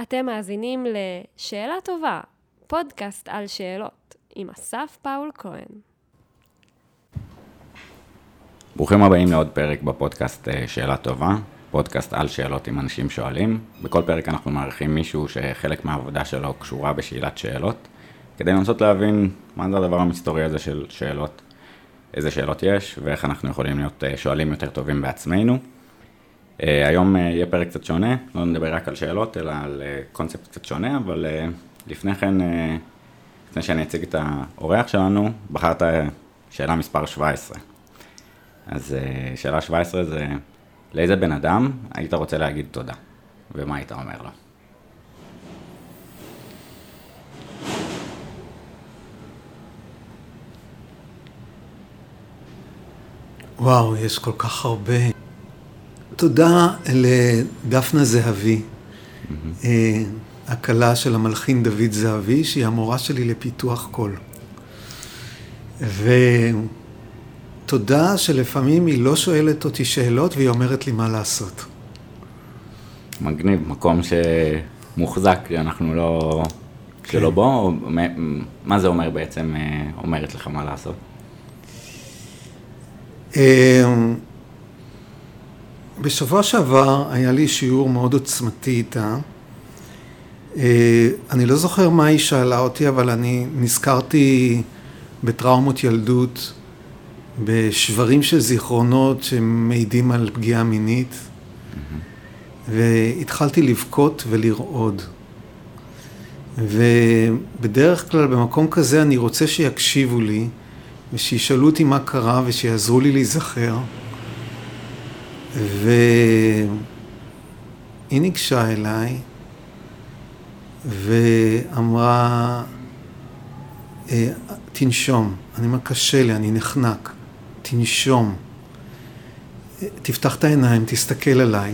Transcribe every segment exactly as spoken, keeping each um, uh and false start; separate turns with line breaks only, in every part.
אתם מאזינים לשאלה טובה, פודקאסט על שאלות, עם אסף פאול כהן.
ברוכים הבאים לעוד פרק בפודקאסט שאלה טובה, פודקאסט על שאלות עם אנשים שואלים. בכל פרק אנחנו מעריכים מישהו שחלק מהעבודה שלו קשורה בשאלת שאלות, כדי לנסות להבין מה זה הדבר המסתורי הזה של שאלות, איזה שאלות יש ואיך אנחנו יכולים להיות שואלים יותר טובים בעצמנו. היום יהיה פרק קצת שונה, לא נדבר רק על שאלות, אלא על קונספט קצת שונה, אבל לפני כן, לפני שאני אציג את האורח שלנו, בחרת שאלה מספר שבע עשרה. אז שאלה שבע עשרה זה, לאיזה בן אדם היית רוצה להגיד תודה? ומה היית אומר לו?
וואו, יש כל כך הרבה. תודה לדפנה זהבי, mm-hmm. הקלה של המלחין דוד זהבי, שהיא המורה שלי לפיתוח קול. ותודה שלפעמים היא לא שואלת אותי שאלות, והיא אומרת לי מה לעשות.
מגניב, מקום שמוחזק, שאנחנו לא, כן. שלא בו, מה זה אומר בעצם, אומרת לך מה לעשות?
בשבוע שעבר היה לי שיעור מאוד עוצמתי איתה. אני לא זוכר מה היא שאלה אותי, אבל אני נזכרתי בטראומות ילדות, בשברים של זיכרונות שמעידים על פגיעה מינית, mm-hmm. והתחלתי לבכות ולרעוד. ובדרך כלל במקום כזה אני רוצה שיקשיבו לי, ושישאלו אותי מה קרה ושיעזרו לי להיזכר. והיא ניגשה אליי ואמרה, תנשום, אני מקשה לי, אני נחנק, תנשום, תפתח את העיניים, תסתכל עליי.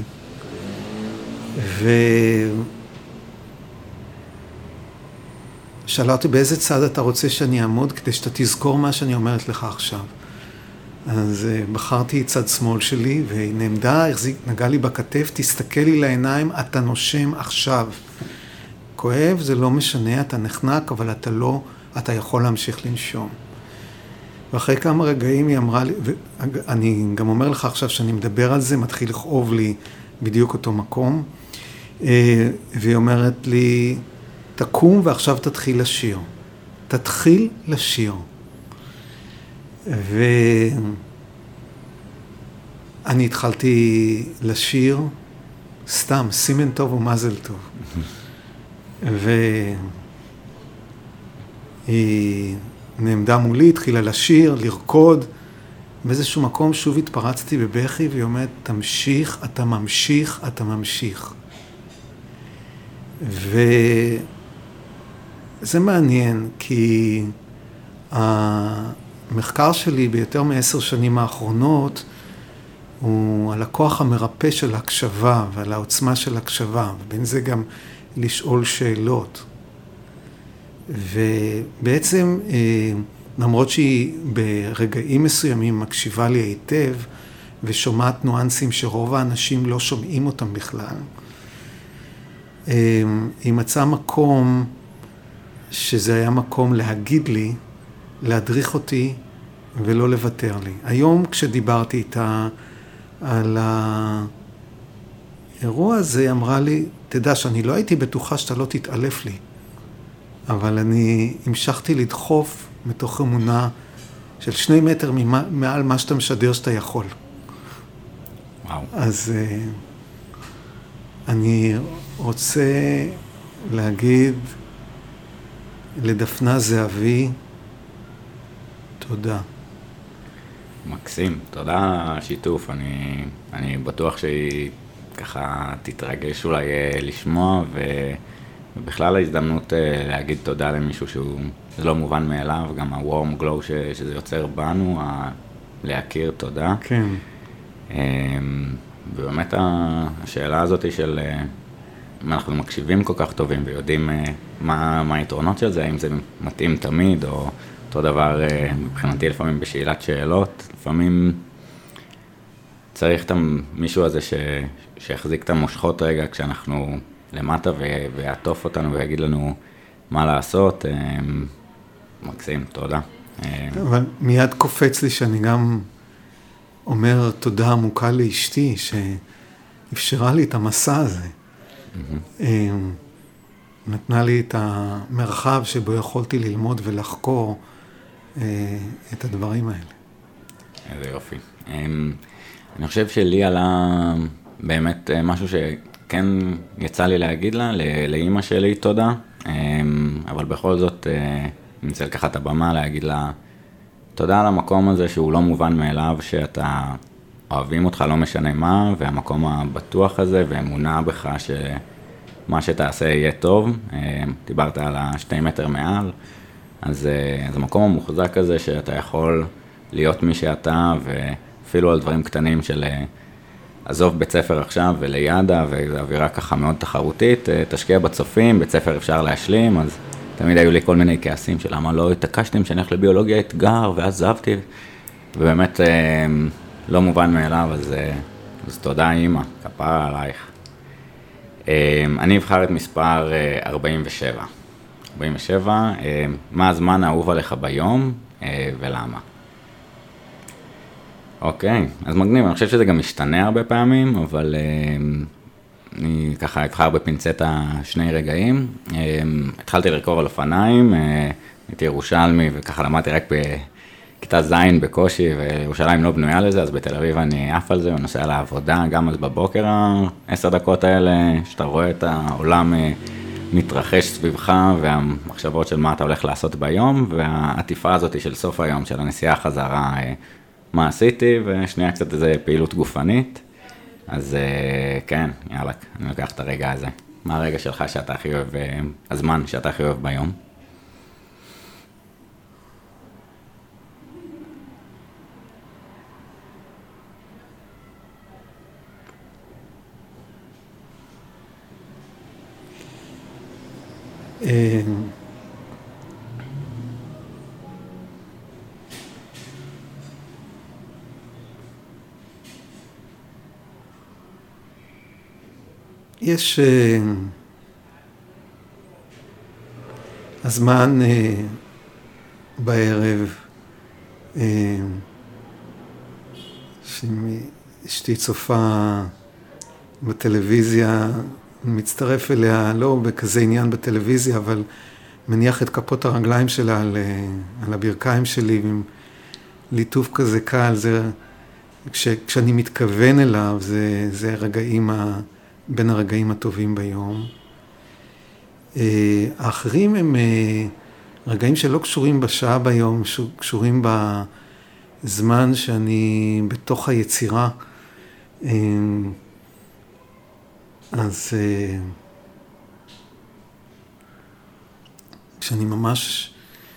ושאלה אותי באיזה צד אתה רוצה שאני אעמוד כדי שאתה תזכור מה שאני אומרת לך עכשיו. אז בחרתי צד שמאל שלי, והיא נעמדה, נגעה לי בכתף, תסתכל לי לעיניים, אתה נושם עכשיו. כואב, זה לא משנה, אתה נחנק, אבל אתה לא, אתה יכול להמשיך לנשום. ואחרי כמה רגעים היא אמרה לי, ואני גם אומר לך עכשיו שאני מדבר על זה, מתחיל לכאוב לי בדיוק אותו מקום, והיא אומרת לי, תקום ועכשיו תתחיל לשיר. תתחיל לשיר. ואני התחלתי לשיר סתם, סימן טוב ומזל טוב. והיא נעמדה מולי, התחילה לשיר, לרקוד. באיזשהו מקום שוב התפרצתי בבכי, והיא אומרת, תמשיך, אתה ממשיך, אתה ממשיך. וזה מעניין, כי המחקר שלי ביותר מעשר שנים האחרונות הוא על הכוח המרפא של הקשבה ועל העוצמה של הקשבה, ובין זה גם לשאול שאלות. ובעצם, למרות שהיא ברגעים מסוימים מקשיבה לי היטב ושומעת ניואנסים שרוב האנשים לא שומעים אותם בכלל, היא מצאה מקום שזה היה מקום להגיד לי, להדריך אותי ולא לוותר לי. היום כשדיברתי איתה על האירוע הזה, היא אמרה לי, תדע שאני לא הייתי בטוחה שאתה לא תתעלף לי, אבל אני המשכתי לדחוף מתוך אמונה של שני מטר מעל מה שאתה משדר שאתה יכול.
וואו.
אז אני רוצה להגיד לדפנה זהבי, תודה.
מקסים, תודה על השיתוף. אני, אני בטוח שהיא ככה תתרגש אולי לשמוע, ובכלל ההזדמנות להגיד תודה למישהו שהוא, זה לא מובן מאליו, גם ה-warm glow ש, שזה יוצר בנו, ה- להכיר תודה.
כן.
ובאמת השאלה הזאת היא של, אם אנחנו מקשיבים כל כך טובים ויודעים מה, מה היתרונות של זה, האם זה מתאים תמיד, או אותו דבר מבחינתי לפעמים בשאלת שאלות, לפעמים צריך את מישהו הזה ש, שיחזיק את המושכות רגע כשאנחנו למטה ויעטוף אותנו ויגיד לנו מה לעשות. מקסים, תודה.
אבל מיד קופץ לי שאני גם אומר תודה עמוקה לאשתי שאפשרה לי את המסע הזה. נתנה לי את המרחב שבו יכולתי ללמוד ולחקור את הדברים האלה.
איזה יופי. אני חושב שלי עלה באמת משהו שכן יצא לי להגיד לה, לאמא שלי תודה, אבל בכל זאת אני רוצה לקחת את הבמה להגיד לה תודה על המקום הזה שהוא לא מובן מאליו, שאתה אוהבים אותך לא משנה מה, והמקום הבטוח הזה ואמונה בך שמה שתעשה יהיה טוב. דיברת על השתי מטר מעל, אז זה מקום המוחזק הזה שאתה יכול להיות מי שאתה, ואפילו על דברים קטנים של עזוב בית ספר עכשיו ולידה, וזו אווירה ככה מאוד תחרותית, תשקיע בצופים, בית ספר אפשר להשלים, אז תמיד היו לי כל מיני כעסים של למה לא התעקשתם שאני הולך לביולוגיה אתגר, ואז זבתי, ובאמת לא מובן מאליו, אז, אז תודה אמא, כפרה עלייך. אני אבחר את מספר ארבעים ושבע. ארבעים ושבע, מה הזמן האהוב עליך ביום ולמה? אוקיי, אז מגניב, אני חושב שזה גם משתנה הרבה פעמים, אבל אני ככה אבחר בפינצטה שני רגעים. התחלתי לרכוב על אופניים, הייתי ירושלמי וככה למדתי רק בכיתה זין בקושי, וירושלים לא בנויה לזה, אז בתל אביב אני עף על זה ונוסע לעבודה, גם אז בבוקר העשר דקות האלה, שאתה רואה את העולם מתרחש סביבך, והמחשבות של מה אתה הולך לעשות ביום, והעטיפה הזאת של סוף היום, של הנסיעה חזרה, מה עשיתי, ושנייה קצת איזו פעילות גופנית. אז כן, יאללה, אני לוקח את הרגע הזה. מה הרגע שלך שאתה הכי אוהב, הזמן שאתה הכי אוהב ביום?
יש הזמן בערב שאשתי צופה בטלוויזיה, מצטרף אליה, לא בכזה עניין בטלוויזיה, אבל מניח את כפות הרגליים שלה על, על הברכיים שלי, עם ליטוף כזה קל, זה, כש, כשאני מתכוון אליו, זה, זה רגעים ה... בין הרגעים הטובים ביום. האחרים הם רגעים שלא קשורים בשעה ביום, קשורים בזמן שאני בתוך היצירה. אז כשאני ממש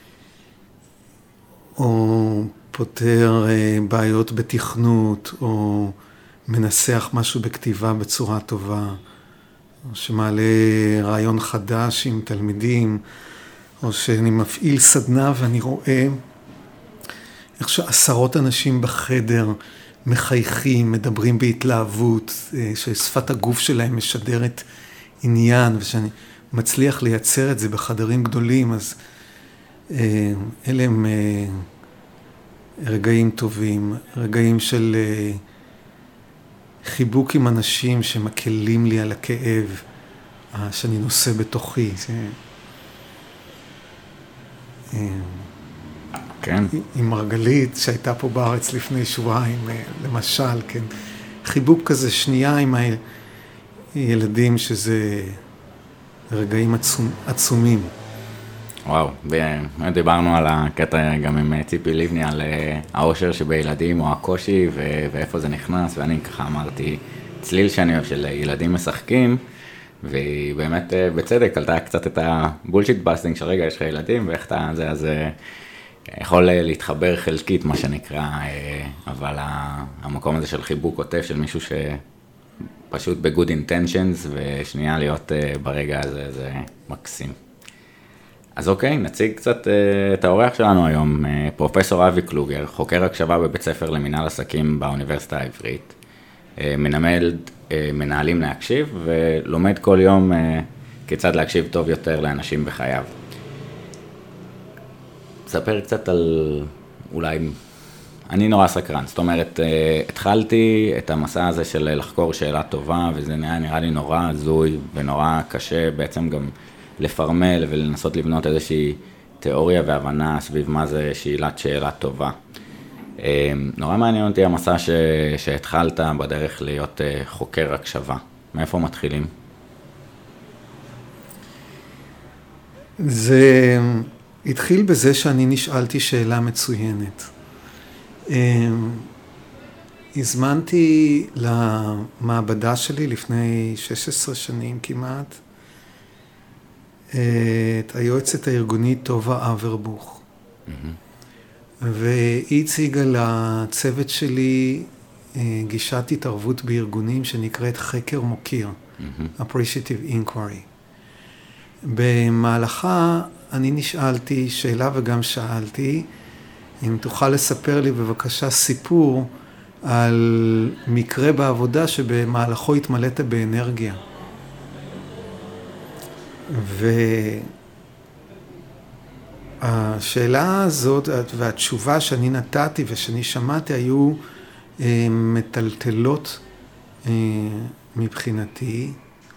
או פותר בעיות בתכנות, או מנסח משהו בכתיבה בצורה טובה, או שמעלה רעיון חדש עם תלמידים, או שאני מפעיל סדנה ואני רואה איך שעשרות אנשים בחדר מחייכים, מדברים בהתלהבות, ששפת הגוף שלהם משדרת עניין, ושאני מצליח לייצר את זה בחדרים גדולים, אז אלה הם רגעים טובים, רגעים של חיבוק עם אנשים שמקלים לי על הכאב שאני נושא בתוכי.
כן.
עם מרגלית שהייתה פה בארץ לפני שבועיים, למשל, כן. חיבוק כזה שנייה עם הילדים, שזה רגעים עצומ, עצומים.
וואו, דיברנו על הקטע גם עם ציפי ליבני, על האושר שבילדים או הקושי ו- ואיפה זה נכנס, ואני ככה אמרתי, צליל שאני אוהב של ילדים משחקים, והיא באמת בצדק עלתה קצת את הבולשיט בסטינג של רגע, יש לך ילדים ואיך אתה זה, אז יכול להתחבר חלקית מה שנקרא, אבל המקום הזה של חיבוק עוטף של מישהו שפשוט ב-good intentions, ושנייה להיות ברגע הזה, זה מקסים. אז אוקיי, נציג קצת uh, את האורח שלנו היום, uh, פרופסור אבי קלוגר, חוקר הקשבה בבית ספר למינהל עסקים באוניברסיטה העברית. Uh, מנמל מנהלים להקשיב, ולומד כל יום כיצד להקשיב טוב יותר לאנשים בחייו. ספר קצת על אולי, אני נורא סקרן, זאת אומרת, התחלתי את המסע הזה של לחקור שאלה טובה, וזה נראה, נראה לי נורא הזוי ונורא קשה בעצם גם לפרמל ולנסות לבנות איזושהי תיאוריה והבנה סביב מה זה שאלת שאלה טובה. נורא מעניין אותי המסע ש... שהתחלת בדרך להיות חוקר הקשבה. מאיפה מתחילים?
זה התחיל בזה שאני נשאלתי שאלה מצוינת. הזמנתי למעבדה שלי לפני שש עשרה שנים כמעט את היועצת הארגונית טובה אברבוך. והיא הציגה לצוות שלי גישת התערבות בארגונים שנקראת חקר מוקיר, Appreciative Inquiry. במהלכה אני נשאלתי שאלה וגם שאלתי, אם תוכל לספר לי בבקשה סיפור על מקרה בעבודה שבמהלכו התמלאת באנרגיה. והשאלה הזאת והתשובה שאני נתתי ושאני שמעתי היו מטלטלות מבחינתי,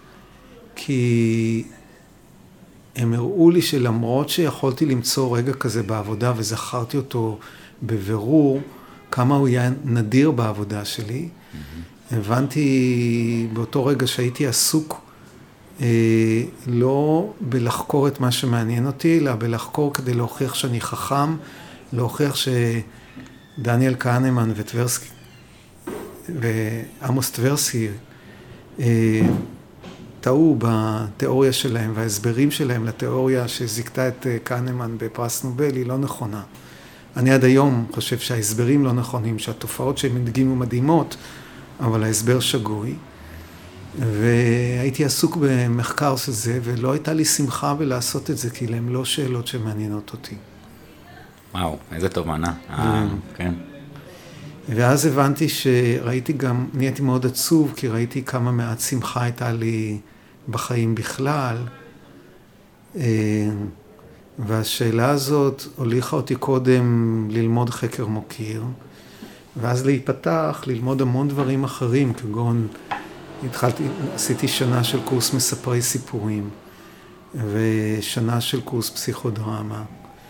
כי הם הראו לי שלמרות שיכולתי למצוא רגע כזה בעבודה וזכרתי אותו בבירור, כמה הוא היה נדיר בעבודה שלי, mm-hmm. הבנתי באותו רגע שהייתי עסוק אה, לא בלחקור את מה שמעניין אותי, אלא בלחקור כדי להוכיח שאני חכם, להוכיח שדניאל קהנמן וטברסקי ועמוס טברסקי אה, טעו בתיאוריה שלהם, וההסברים שלהם לתיאוריה שזיקתה את קהנמן בפרס נובל היא לא נכונה. אני עד היום חושב שההסברים לא נכונים, שהתופעות שהם הדגימו מדהימות, אבל ההסבר שגוי. והייתי עסוק במחקר של זה, ולא הייתה לי שמחה בלעשות את זה, כי הם לא שאלות שמעניינות אותי.
וואו, איזה תובנה. אה, כן.
ואז הבנתי שראיתי גם, נהייתי מאוד עצוב, כי ראיתי כמה מעט שמחה הייתה לי בחיים בכלל. והשאלה הזאת הוליכה אותי קודם ללמוד חקר מוקיר, ואז להיפתח, ללמוד המון דברים אחרים, כגון, התחלתי, עשיתי שנה של קורס מספרי סיפורים, ושנה של קורס פסיכודרמה,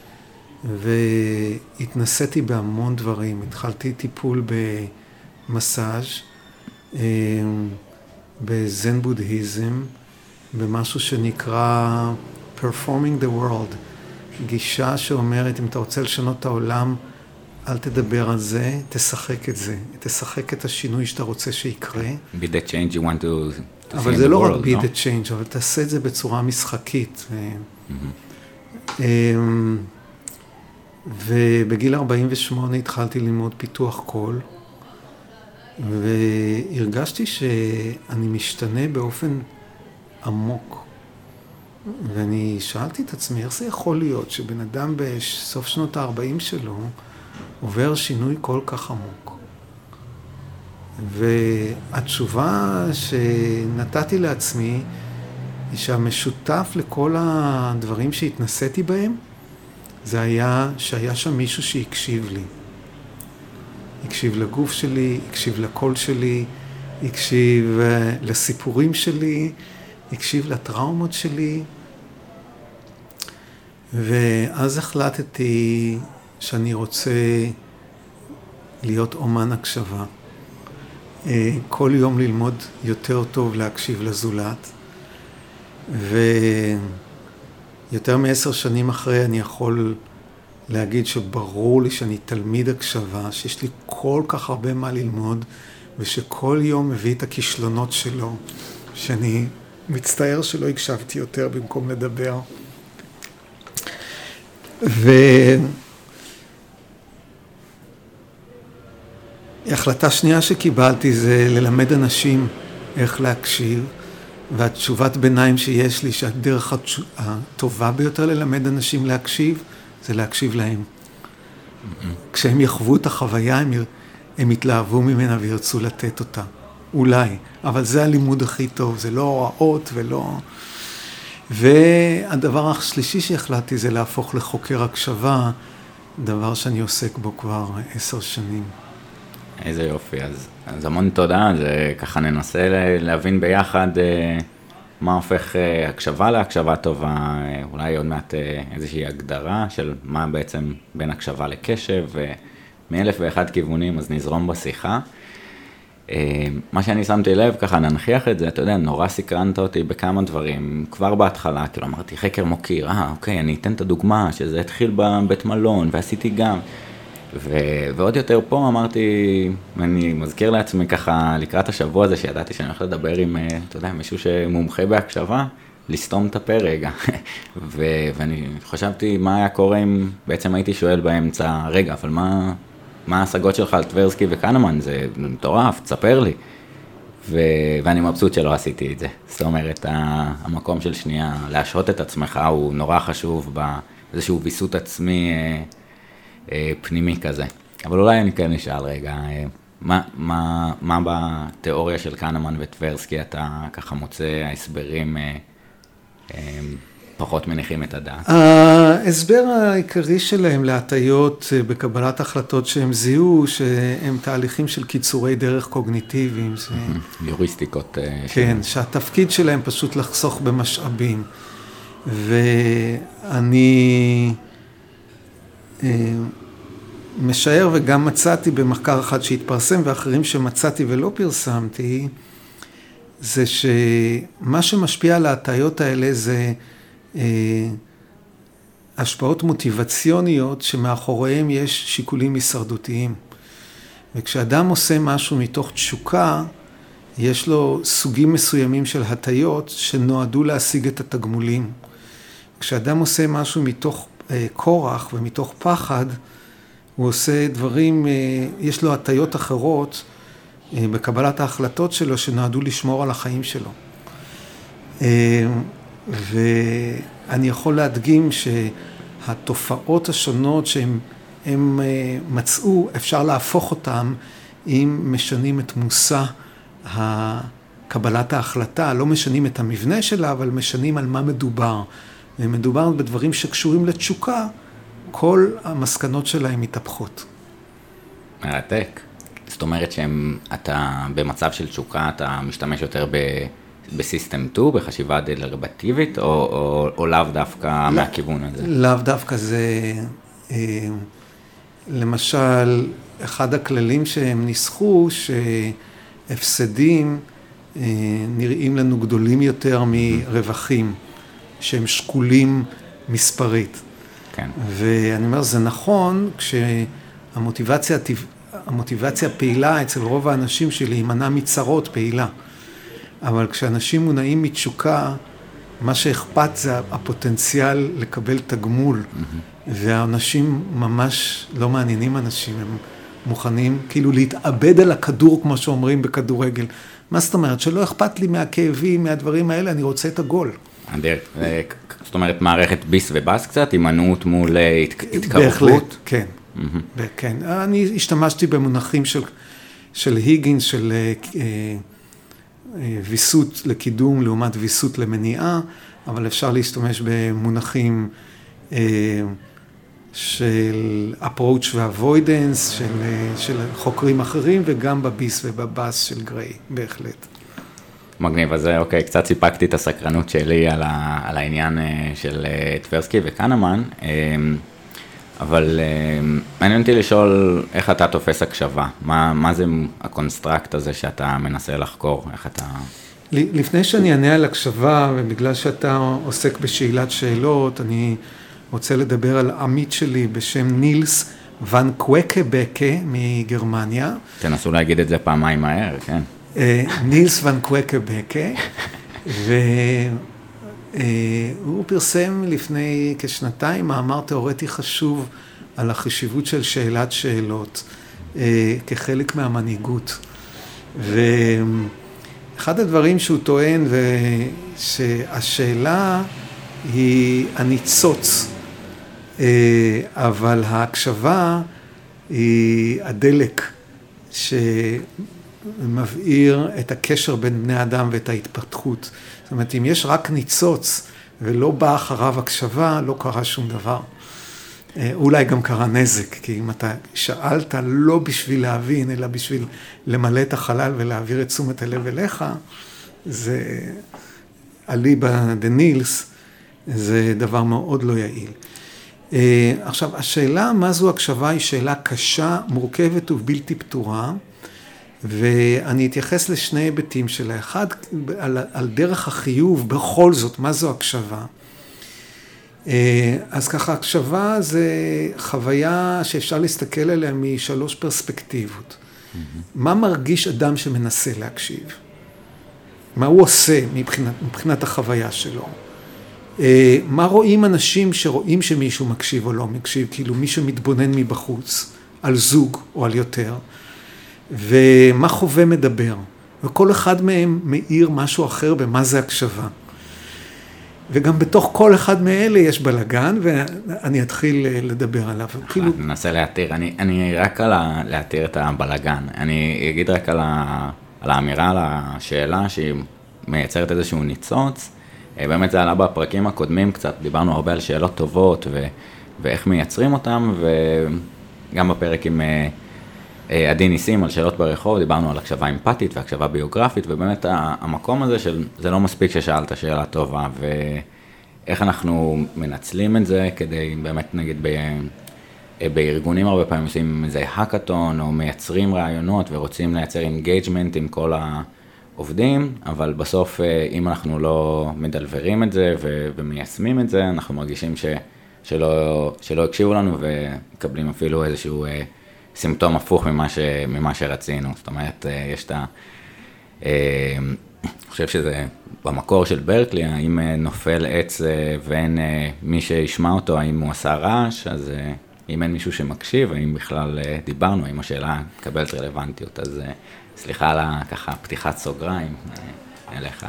והתנסיתי בהמון דברים. התחלתי טיפול במסאז', בזן בודהיזם, במשהו שנקרא Performing the World, גישה שאומרת, אם אתה רוצה לשנות את העולם, אל תדבר על זה, תשחק את זה, תשחק את השינוי שאתה רוצה שיקרה.
Be the change you want to, to
אבל זה לא רק be the change, אבל תעשה את זה בצורה משחקית. Mm-hmm. ובגיל ארבעים ושמונה התחלתי ללמוד פיתוח קול, והרגשתי שאני משתנה באופן עמוק. ואני שאלתי את עצמי, איך זה יכול להיות שבן אדם בסוף שנות ה-ארבעים שלו עובר שינוי כל כך עמוק? והתשובה שנתתי לעצמי היא שהמשותף לכל הדברים שהתנסיתי בהם, זה היה שהיה שם מישהו שהקשיב לי. הקשיב לגוף שלי, הקשיב לקול שלי, הקשיב לסיפורים שלי, הקשיב לטראומות שלי. ואז החלטתי שאני רוצה להיות אומן הקשבה. כל יום ללמוד יותר טוב להקשיב לזולת. ויותר מעשר שנים אחרי אני יכול להגיד שברור לי שאני תלמיד הקשבה, שיש לי כל כך הרבה מה ללמוד, ושכל יום מביא את הכישלונות שלו, שאני מצטער שלא הקשבתי יותר במקום לדבר. והחלטה שנייה שקיבלתי זה ללמד אנשים איך להקשיב, והתשובת ביניים שיש לי שהדרך הטובה ביותר ללמד אנשים להקשיב, זה להקשיב להם. כשהם יחוו את החוויה, הם, הם יתלהבו ממנה וירצו לתת אותה. אולי, אבל זה הלימוד הכי טוב, זה לא הוראות ולא... והדבר השלישי שהחלטתי זה להפוך לחוקר הקשבה, דבר שאני עוסק בו כבר עשר שנים.
איזה יופי, אז, אז המון תודה, זה ככה ננסה להבין ביחד מה הופך הקשבה להקשבה טובה, אולי עוד מעט איזושהי הגדרה של מה בעצם בין הקשבה לקשב, ומאלף ואחד כיוונים, אז נזרום בשיחה. מה שאני שמתי לב, ככה ננחיח את זה, אתה יודע, נורא סקרנת אותי בכמה דברים, כבר בהתחלה, כאילו אמרתי חקר מוקיר, אה, אוקיי, אני אתן את הדוגמה, שזה התחיל בבית מלון, ועשיתי גם, ו... ועוד יותר פה אמרתי, אני מזכיר לעצמי ככה לקראת השבוע הזה, שידעתי שאני הולך לדבר עם, אתה יודע, מישהו שמומחה בהקשבה, לסתום את הפה רגע, ו... ואני חשבתי מה היה קורה אם בעצם הייתי שואל באמצע, רגע, אבל מה... מה ההשגות שלך על טברסקי וקנמן, זה מטורף, תספר לי. ו... ואני מבסוט שלא עשיתי את זה. זאת אומרת, המקום של שנייה, להשהות את עצמך הוא נורא חשוב באיזשהו ויסות עצמי אה, אה, פנימי כזה. אבל אולי אני כן נשאל רגע, אה, מה, מה, מה בתיאוריה של קנמן וטברסקי אתה ככה מוצא ההסברים אה, אה, פחות מניחים את הדעת?
ההסבר העיקרי שלהם להטיות בקבלת החלטות שהם זיהו, שהם תהליכים של קיצורי דרך קוגניטיביים.
יוריסטיקות.
כן, שהתפקיד שלהם פשוט לחסוך במשאבים. ואני משער וגם מצאתי במחקר אחד שהתפרסם, ואחרים שמצאתי ולא פרסמתי, זה שמה שמשפיע על ההטיות האלה זה השפעות מוטיבציוניות שמאחוריהם יש שיקולים הישרדותיים. וכשאדם עושה משהו מתוך תשוקה, יש לו סוגים מסוימים של הטיות שנועדו להשיג את התגמולים. כשאדם עושה משהו מתוך כורח ומתוך פחד, הוא עושה דברים, יש לו הטיות אחרות בקבלת ההחלטות שלו שנועדו לשמור על החיים שלו. ואני יכול להדגים שהתופעות השונות שהם הם מצאו, אפשר להפוך אותם אם משנים את מושא קבלת ההחלטה, לא משנים את המבנה שלה, אבל משנים על מה מדובר. ומדובר בדברים שקשורים לתשוקה, כל המסקנות שלהם מתהפכות.
מרתק. זאת אומרת שאתה במצב של תשוקה, אתה משתמש יותר ב... בסיסטם שתיים, בחשיבה דלרבטיבית, או, או, או לאו דווקא לא, מהכיוון הזה?
לאו דווקא זה, אה, למשל, אחד הכללים שהם ניסחו, שהפסדים אה, נראים לנו גדולים יותר מרווחים, שהם שקולים מספרית.
כן.
ואני אומר, זה נכון, כשהמוטיבציה המוטיבציה פעילה אצל רוב האנשים שלי, להימנע מצרות פעילה. אבל כשאנשים מונעים מתשוקה, מה שאכפת זה הפוטנציאל לקבל תגמול. Mm-hmm. והאנשים ממש לא מעניינים אנשים, הם מוכנים כאילו להתאבד על הכדור, כמו שאומרים בכדורגל. מה זאת אומרת? שלא אכפת לי מהכאבים, מהדברים האלה, אני רוצה את הגול.
אדיר. זאת אומרת, מערכת ביס ובאס קצת, הימנעות מול התקרבות?
בהחלט, כן. Mm-hmm. כן. אני השתמשתי במונחים של, של היגינס, של... ויסות לקידום לעומת ויסות למניעה, אבל אפשר להשתמש במונחים אה, של approach ו-avoidance, של, של חוקרים אחרים, וגם בביס ובבאס של גריי, בהחלט.
מגניב, אז אוקיי, קצת סיפקתי את הסקרנות שלי על, ה, על העניין של טברסקי וקנמן, אבל מעניין אותי לשאול איך אתה תופס הקשבה, מה, מה זה הקונסטרקט הזה שאתה מנסה לחקור, איך אתה...
לפני שאני אענה על הקשבה, ובגלל שאתה עוסק בשאלת שאלות, אני רוצה לדבר על עמית שלי בשם נילס ון קווקבקה מגרמניה.
תנסו להגיד את זה פעמיים מהר, כן.
נילס ון קווקבקה, והוא פרסם לפני כשנתיים מאמר תיאורטי חשוב על החשיבות של שאלת שאלות כחלק מהמנהיגות. ואחד הדברים שהוא טוען זה שהשאלה היא הניצוץ, אבל ההקשבה היא הדלק ש... מבעיר את הקשר בין בני אדם ואת ההתפתחות. זאת אומרת, אם יש רק ניצוץ ולא בא אחריו הקשבה, לא קרה שום דבר. אולי גם קרה נזק, כי אם אתה שאלת לא בשביל להבין, אלא בשביל למלא את החלל ולהעביר את תשומת הלב אליך, זה אליבא דנילס, זה דבר מאוד לא יעיל. עכשיו, השאלה מה זו הקשבה היא שאלה קשה, מורכבת ובלתי פתורה, ואני אתייחס לשני היבטים שלה. אחד, על, על דרך החיוב, בכל זאת, מה זו הקשבה? אז ככה, הקשבה זה חוויה שאפשר להסתכל עליה משלוש פרספקטיבות. Mm-hmm. מה מרגיש אדם שמנסה להקשיב? מה הוא עושה מבחינת, מבחינת החוויה שלו? מה רואים אנשים שרואים שמישהו מקשיב או לא מקשיב? כאילו מישהו מתבונן מבחוץ, על זוג או על יותר. ומה חווה מדבר? וכל אחד מהם מאיר משהו אחר במה זה הקשבה. וגם בתוך כל אחד מאלה יש בלגן, ואני אתחיל לדבר עליו.
כאילו... אני מנסה להתיר, אני, אני רק על ה... להתיר את הבלגן. אני אגיד רק על, ה... על האמירה, על השאלה שהיא מייצרת איזשהו ניצוץ. באמת זה עלה בפרקים הקודמים קצת, דיברנו הרבה על שאלות טובות ו... ואיך מייצרים אותם, וגם בפרק עם עדי ניסים על שאלות ברחוב, דיברנו על הקשבה אמפתית והקשבה ביוגרפית, ובאמת המקום הזה של זה לא מספיק ששאלת שאלה טובה, ואיך אנחנו מנצלים את זה כדי באמת נגיד ב... בארגונים הרבה פעמים עושים איזה האקתון או מייצרים רעיונות ורוצים לייצר אינגייג'מנט עם כל העובדים, אבל בסוף אם אנחנו לא מדלברים את זה ו... ומיישמים את זה, אנחנו מרגישים ש... שלא, שלא הקשיבו לנו ומקבלים אפילו איזשהו סימפטום הפוך ממה, ש, ממה שרצינו. זאת אומרת, יש את ה... אני חושב שזה במקור של ברקלי, האם נופל עץ ואין מי שישמע אותו, האם הוא עשה רעש, אז אם אין מישהו שמקשיב, האם בכלל דיברנו, האם השאלה מקבלת רלוונטיות, אז סליחה על ככה פתיחת סוגריים אליך.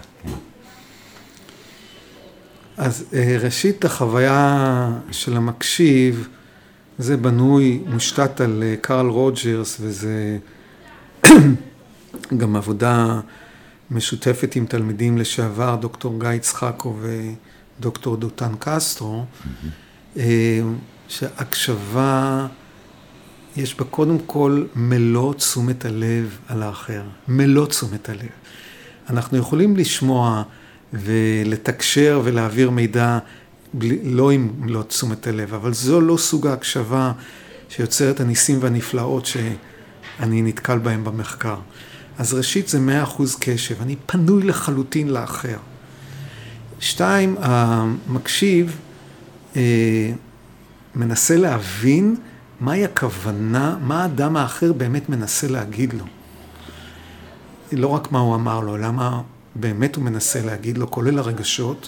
אז ראשית החוויה של המקשיב, זה בנוי, מושתת על קרל רוג'רס, וזה גם עבודה משותפת עם תלמידים לשעבר, דוקטור גיא יצחקו ודוקטור דותן קסטרו, mm-hmm. שהקשבה, יש בה קודם כל מלוא תשומת הלב על האחר, מלוא תשומת הלב. אנחנו יכולים לשמוע ולתקשר ולהעביר מידע, לא עם מלוא תשומת הלב, אבל זו לא סוג ההקשבה שיוצרת הניסים והנפלאות שאני נתקל בהם במחקר. אז ראשית זה מאה אחוז קשב, אני פנוי לחלוטין לאחר. שתיים, המקשיב אה, מנסה להבין מהי הכוונה, מה האדם האחר באמת מנסה להגיד לו. לא רק מה הוא אמר לו, למה באמת הוא מנסה להגיד לו, כולל הרגשות.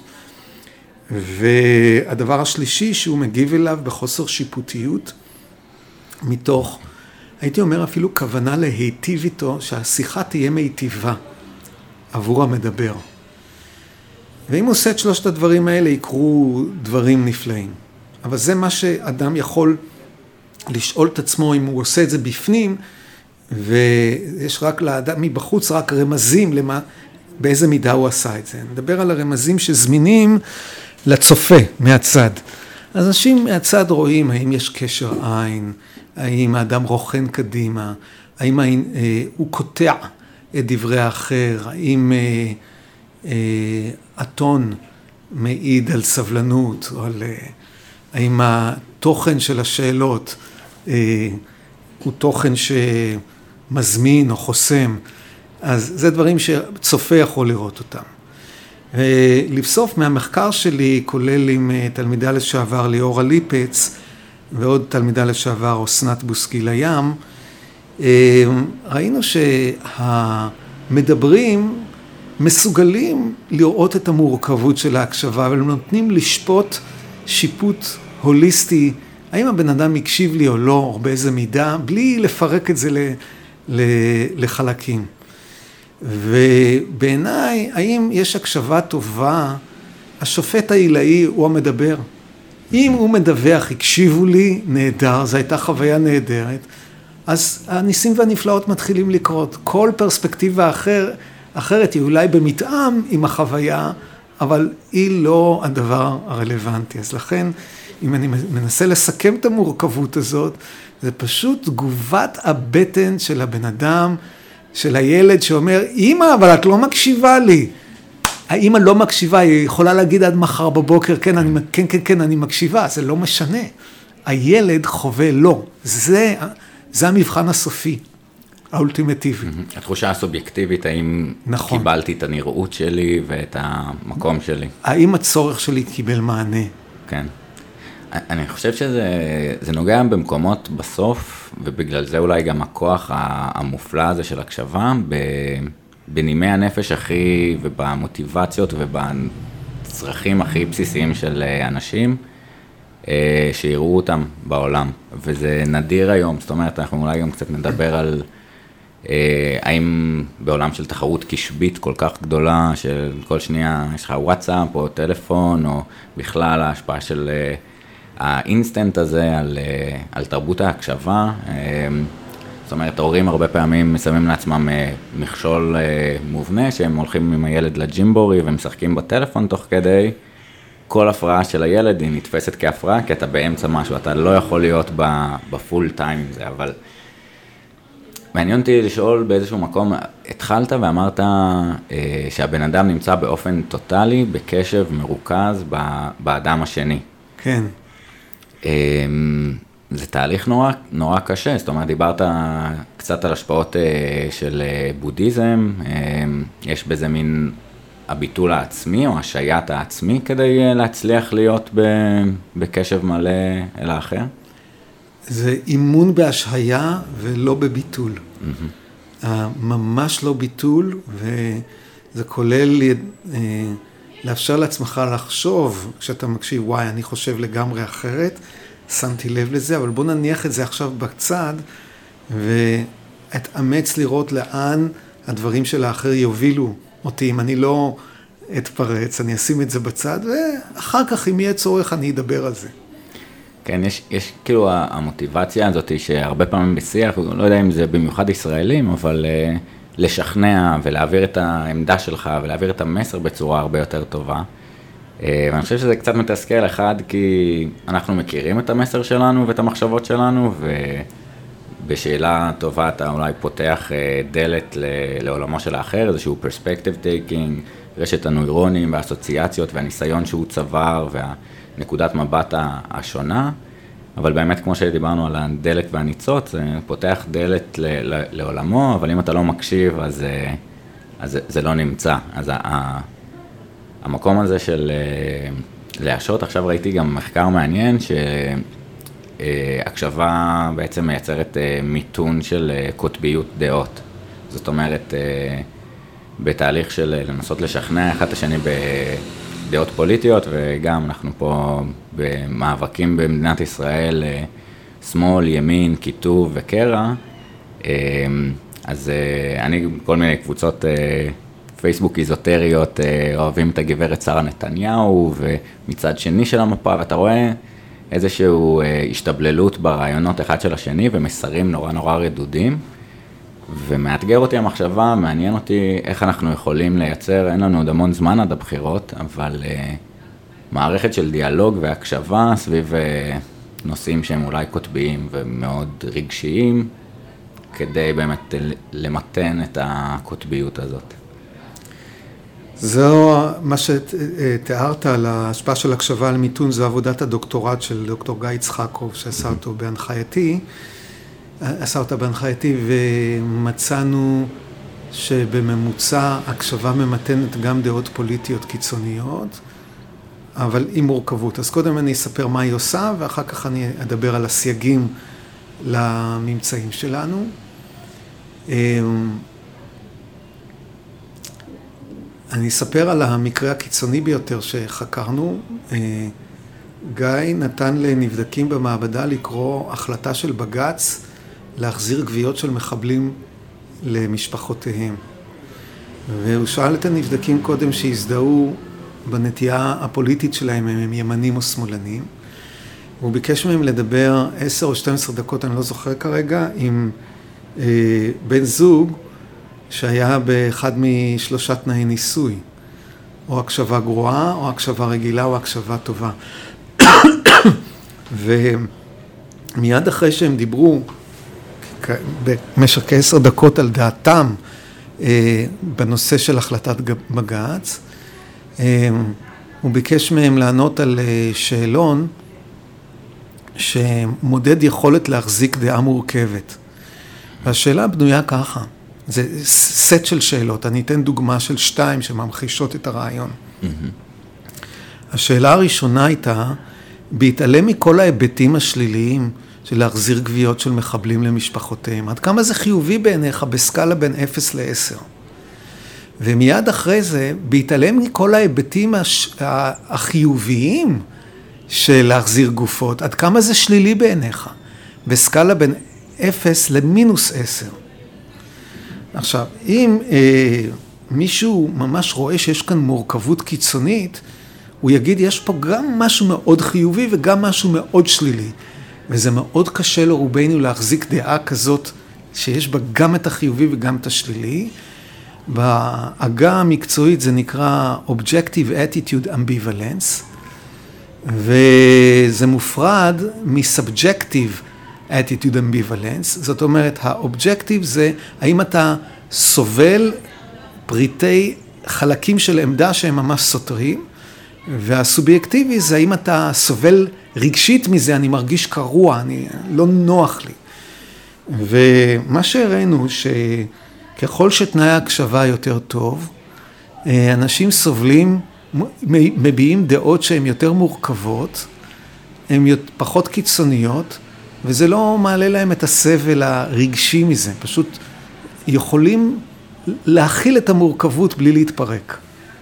והדבר השלישי שהוא מגיב אליו בחוסר שיפוטיות, מתוך, הייתי אומר אפילו כוונה להיטיב איתו, שהשיחה תהיה מיטיבה עבור המדבר. ואם הוא עושה את שלושת הדברים האלה, יקרו דברים נפלאים. אבל זה מה שאדם יכול לשאול את עצמו אם הוא עושה את זה בפנים, ויש רק לאדם מבחוץ רק רמזים למה, באיזה מידה הוא עשה את זה. נדבר על הרמזים שזמינים לצופה מהצד. אז אנשים מהצד רואים האם יש קשר עין, האם האדם רוכן קדימה, האם אה, הוא קוטע את דברי האחר, האם אה, אה, הטון מעיד על סבלנות, או על, אה, האם התוכן של השאלות אה, הוא תוכן שמזמין או חוסם. אז זה דברים שצופה יכול לראות אותם. לבסוף מהמחקר שלי, כולל עם תלמידה לשעבר ליאורה ליפץ, ועוד תלמידה לשעבר אסנת בוסקיל הים, ראינו שהמדברים מסוגלים לראות את המורכבות של ההקשבה, אבל נותנים לשפוט שיפוט הוליסטי, האם הבן אדם יקשיב לי או לא, או באיזה מידה, בלי לפרק את זה לחלקים. ובעיניי, האם יש הקשבה טובה, השופט העילאי הוא המדבר. אם הוא מדווח, הקשיבו לי, נהדר, זו הייתה חוויה נהדרת. אז הניסים והנפלאות מתחילים לקרות. כל פרספקטיבה אחר, אחרת היא אולי במתאם עם החוויה, אבל היא לא הדבר הרלוונטי. אז לכן, אם אני מנסה לסכם את המורכבות הזאת, זה פשוט תגובת הבטן של הבן אדם, של הילד שאומר, אמא, אבל את לא מקשיבה לי. האמא לא מקשיבה, היא יכולה להגיד עד מחר בבוקר, כן, אני, כן, כן, כן, אני מקשיבה, זה לא משנה. הילד חווה לא. זה, זה המבחן הסופי, האולטימטיבי.
התחושה הסובייקטיבית, האם
נכון.
קיבלתי את הנראות שלי ואת המקום שלי.
האם הצורך שלי קיבל מענה?
כן. אני חושב שזה זה נוגע במקומות בסוף, ובגלל זה אולי גם הכוח המופלא הזה של הקשבה, בנימי הנפש הכי, ובמוטיבציות ובצרכים הכי בסיסיים של אנשים, שיראו אותם בעולם. וזה נדיר היום, זאת אומרת, אנחנו אולי גם קצת נדבר על האם בעולם של תחרות קשבית כל כך גדולה, של כל שנייה יש לך וואטסאפ או טלפון, או בכלל ההשפעה של האינסטנט הזה על, על תרבות ההקשבה. זאת אומרת, ההורים הרבה פעמים שמים לעצמם מכשול מובנה, שהם הולכים עם הילד לג'ימבורי ומשחקים בטלפון תוך כדי. כל הפרעה של הילד היא נתפסת כהפרעה, כי אתה באמצע משהו, אתה לא יכול להיות בפול טיים עם זה, אבל מעניין אותי לשאול באיזשהו מקום, התחלת ואמרת שהבן אדם נמצא באופן טוטלי, בקשב מרוכז באדם השני.
כן.
זה תהליך נורא, נורא קשה, זאת אומרת, דיברת קצת על השפעות של בודהיזם, יש בזה מין הביטול העצמי או השעיית העצמי כדי להצליח להיות בקשב מלא אל האחר?
זה אימון בהשעיה ולא בביטול. Mm-hmm. ממש לא ביטול, וזה כולל לאפשר לעצמך לחשוב, כשאתה מקשיב, וואי, אני חושב לגמרי אחרת, שמתי לב לזה, אבל בוא נניח את זה עכשיו בצד, ואתאמץ לראות לאן הדברים של האחר יובילו אותי. אם אני לא אתפרץ, אני אשים את זה בצד, ואחר כך אם יהיה צורך אני אדבר על זה.
כן, יש, יש כאילו המוטיבציה הזאת שהרבה פעמים בשיח, לא יודע אם זה במיוחד ישראלים, אבל uh, לשכנע ולהעביר את העמדה שלך ולהעביר את המסר בצורה הרבה יותר טובה. Uh, ואני חושב שזה קצת מתסכל אחד, כי אנחנו מכירים את המסר שלנו ואת המחשבות שלנו, ובשאלה טובה אתה אולי פותח uh, דלת לעולמו של האחר, איזשהו perspective taking, רשת הנוירונים והאסוציאציות והניסיון שהוא צבר וה... נקודת מבט השונה, אבל באמת כמו שדיברנו על הדלת והניצוץ, זה פותח דלת ל- ל- לעולמו, אבל אם אתה לא מקשיב, אז, אז זה, זה לא נמצא. אז ה- המקום הזה של להשעות, עכשיו ראיתי גם מחקר מעניין, שהקשבה בעצם מייצרת מיתון של קוטביות דעות. זאת אומרת, בתהליך של לנסות לשכנע אחד את השני ב... דעות פוליטיות, וגם אנחנו פה במאבקים במדינת ישראל, שמאל, ימין, כיתוב וקרע. אז אני, כל מיני קבוצות פייסבוק איזוטריות, אוהבים את הגברת שרה נתניהו, ומצד שני של המפה, ואתה רואה איזושהי השתבללות ברעיונות אחד של השני, ומסרים נורא נורא רדודים. ומאתגר אותי המחשבה, מעניין אותי איך אנחנו יכולים לייצר, אין לנו עוד המון זמן עד הבחירות, אבל uh, מערכת של דיאלוג והקשבה סביב uh, נושאים שהם אולי כותביים ומאוד רגשיים, כדי באמת למתן את הכותביות הזאת.
זו מה שתיארת על ההשפעה של הקשבה על מיתון, זו עבודת הדוקטורט של דוקטור גיא יצחקוב, שעשה אותו בהנחייתי, עשה אותה בהנחייתי, ומצאנו שבממוצע הקשבה ממתנת גם דעות פוליטיות קיצוניות, אבל עם מורכבות. אז קודם אני אספר מה היא עושה, ואחר כך אני אדבר על הסייגים לממצאים שלנו. אני אספר על המקרה הקיצוני ביותר שחקרנו. גיא נתן לנבדקים במעבדה לקרוא החלטה של בג"ץ להחזיר גוויות של מחבלים למשפחותיהם. והוא שאל את הנבדקים קודם שהזדהו בנטייה הפוליטית שלהם, אם הם ימנים או שמאלנים. הוא ביקש מהם לדבר עשר או שתים עשרה דקות, אני לא זוכר כרגע, עם אה, בן זוג שהיה באחד משלושה תנאי ניסוי, או הקשבה גרועה, או הקשבה רגילה, או הקשבה טובה. ומיד אחרי שהם דיברו, במשך כעשר דקות על דעתם, בנושא של החלטת בג"ץ, הוא ביקש מהם לענות על שאלון שמודד יכולת להחזיק דעה מורכבת. והשאלה בנויה ככה, זה סט של שאלות, אני אתן דוגמה של שתיים שממחישות את הרעיון. השאלה הראשונה הייתה, בהתעלם מכל ההיבטים השליליים של להחזיר גוויות של מחבלים למשפחותיהם, עד כמה זה חיובי בעיניך בסקאלה בין אפס לעשר? ומיד אחרי זה, בהתעלם מכל ההיבטים הש... החיוביים של להחזיר גופות, עד כמה זה שלילי בעיניך בסקאלה בין אפס למינוס עשר. עכשיו, אם אה, מישהו ממש רואה שיש כאן מורכבות קיצונית, הוא יגיד, יש פה גם משהו מאוד חיובי וגם משהו מאוד שלילי. וזה מאוד קשה לרובנו להחזיק דעה כזאת, שיש בה גם את החיובי וגם את השלילי. בעגה המקצועית זה נקרא Objective Attitude Ambivalence, וזה מופרד מ-Subjective Attitude Ambivalence. זאת אומרת, ה-Objective זה האם אתה סובל פריטי חלקים של עמדה שהם ממש סותרים, והסובייקטיבי זה האם אתה סובל רגשית מזה, אני מרגיש קרוע, אני, לא נוח לי. ומה שהראינו שככל שתנאי ההקשבה יותר טוב, אנשים סובלים, מביעים דעות שהן יותר מורכבות, הן פחות קיצוניות, וזה לא מעלה להם את הסבל הרגשי מזה, פשוט יכולים להכיל את המורכבות בלי להתפרק.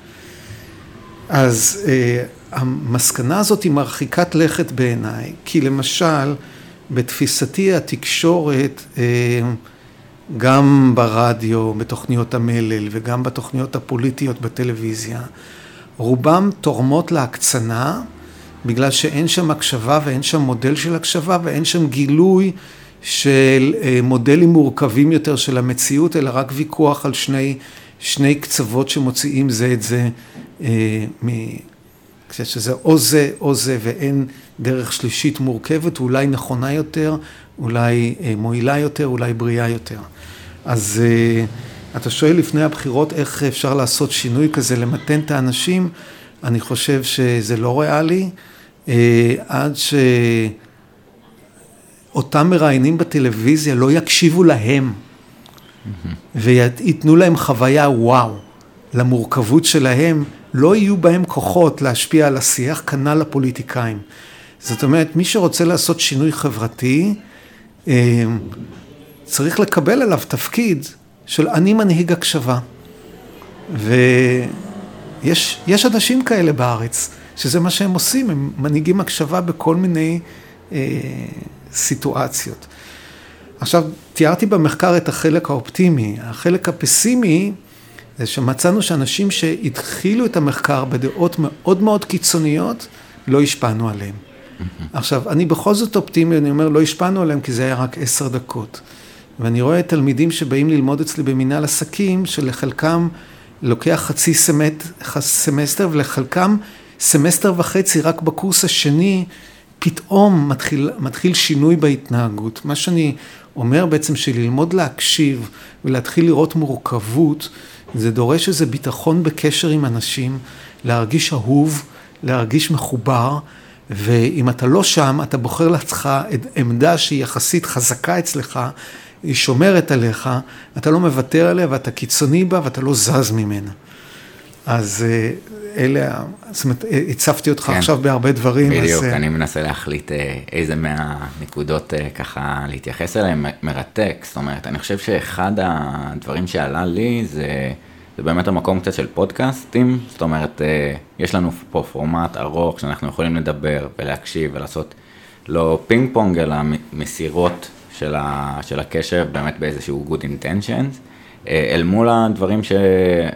אז אה, המסקנה הזאת היא מרחיקת לכת בעיניי, כי למשל, בתפיסתי התקשורת, אה, גם ברדיו, בתוכניות המלל, וגם בתוכניות הפוליטיות בטלוויזיה, רובם תורמות להקצנה, בגלל שאין שם הקשבה ואין שם מודל של הקשבה, ואין שם גילוי של אה, מודלים מורכבים יותר של המציאות, אלא רק ויכוח על שני, שני קצוות שמוציאים זה את זה, מ... שזה או זה או זה ואין דרך שלישית מורכבת, אולי נכונה יותר, אולי מועילה יותר, אולי בריאה יותר. אז אתה שואל לפני הבחירות איך אפשר לעשות שינוי כזה, למתן את האנשים, אני חושב שזה לא ריאלי, עד שאותם מראיינים בטלוויזיה לא יקשיבו להם, ויתנו להם חוויה וואו, למורכבות שלהם, לא יהיו בהם כוחות להשפיע על השיח, כנ"ל לפוליטיקאים. זאת אומרת, מי שרוצה לעשות שינוי חברתי, צריך לקבל עליו תפקיד של אני מנהיג הקשבה. ויש יש אנשים כאלה בארץ, שזה מה שהם עושים, הם מנהיגים הקשבה בכל מיני אה, סיטואציות. עכשיו, תיארתי במחקר את החלק האופטימי. החלק הפסימי, זה שמצאנו שאנשים שהתחילו את המחקר בדעות מאוד מאוד קיצוניות, לא השפענו עליהם. עכשיו, אני בכל זאת אופטימי, אני אומר, לא השפענו עליהם, כי זה היה רק עשר דקות. ואני רואה את תלמידים שבאים ללמוד אצלי במנהל עסקים, שלחלקם לוקח חצי סמט, סמסטר, ולחלקם סמסטר וחצי רק בקורס השני, פתאום מתחיל, מתחיל שינוי בהתנהגות. מה שאני אומר בעצם שללמוד להקשיב ולהתחיל לראות מורכבות, זה דורש איזה ביטחון בקשר עם אנשים, להרגיש אהוב, להרגיש מחובר, ואם אתה לא שם, אתה בוחר לעצמך עמדה שהיא יחסית חזקה אצלך, היא שומרת עליך, אתה לא מוותר עליה ואתה קיצוני בה ואתה לא זז ממנה. אז אלה, זאת אומרת, הצפתי אותך כן. עכשיו בהרבה דברים.
בדיוק,
אז...
אני מנסה להחליט איזה מהנקודות ככה להתייחס אליהם, מרתק. זאת אומרת, אני חושב שאחד הדברים שעלה לי זה, זה באמת המקום קצת של פודקאסטים. זאת אומרת, יש לנו פה פורמט ארוך שאנחנו יכולים לדבר ולהקשיב ולעשות לא פינג פונג, אלא מסירות של, ה, של הקשב, באמת באיזשהו good intentions, אל מול הדברים ש...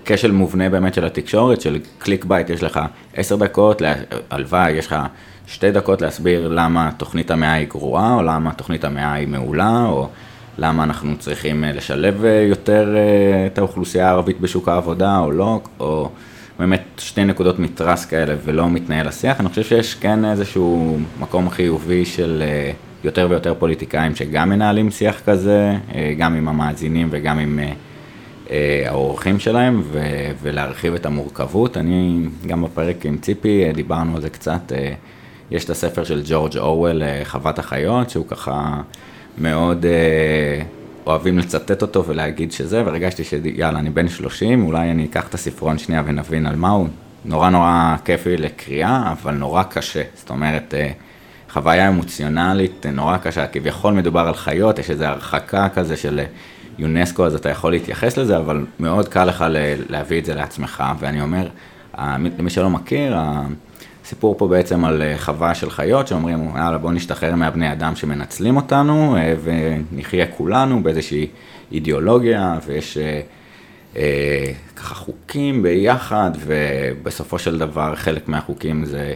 כשל מובנה באמת של התקשורת, של קליק בייט, יש לך עשר דקות, הלוואי, יש לך שתי דקות להסביר למה תוכנית המאה היא גרועה, או למה תוכנית המאה היא מעולה, או למה אנחנו צריכים לשלב יותר את האוכלוסייה הערבית בשוק העבודה, או לא, או באמת שתי נקודות מתרס כאלה, ולא מתנהל השיח. אני חושב שיש כן איזשהו מקום חיובי של יותר ויותר פוליטיקאים, שגם מנהלים שיח כזה, גם עם המאזינים וגם עם האורחים שלהם, ו- ולהרחיב את המורכבות. אני גם בפרק עם ציפי דיברנו על זה קצת, יש את הספר של ג'ורג' אורוול, חוות החיות, שהוא ככה מאוד אוהבים לצטט אותו ולהגיד שזה, והרגשתי שיאללה, אני בן שלושים, אולי אני אקח את הספרון שנייה ונבין על מה הוא. נורא נורא כיפי לקריאה, אבל נורא קשה. זאת אומרת, חוויה אמוציונלית נורא קשה, כביכול מדובר על חיות, יש איזו הרחקה כזה של יונסקו, אז אתה יכול להתייחס לזה, אבל מאוד קל לך להביא את זה לעצמך, ואני אומר, למי שלא מכיר, הסיפור פה בעצם על חווה של חיות, שאומרים, יאללה, בואו נשתחרר מהבני אדם שמנצלים אותנו, ונחיה כולנו באיזושהי אידיאולוגיה, ויש ככה חוקים ביחד, ובסופו של דבר חלק מהחוקים זה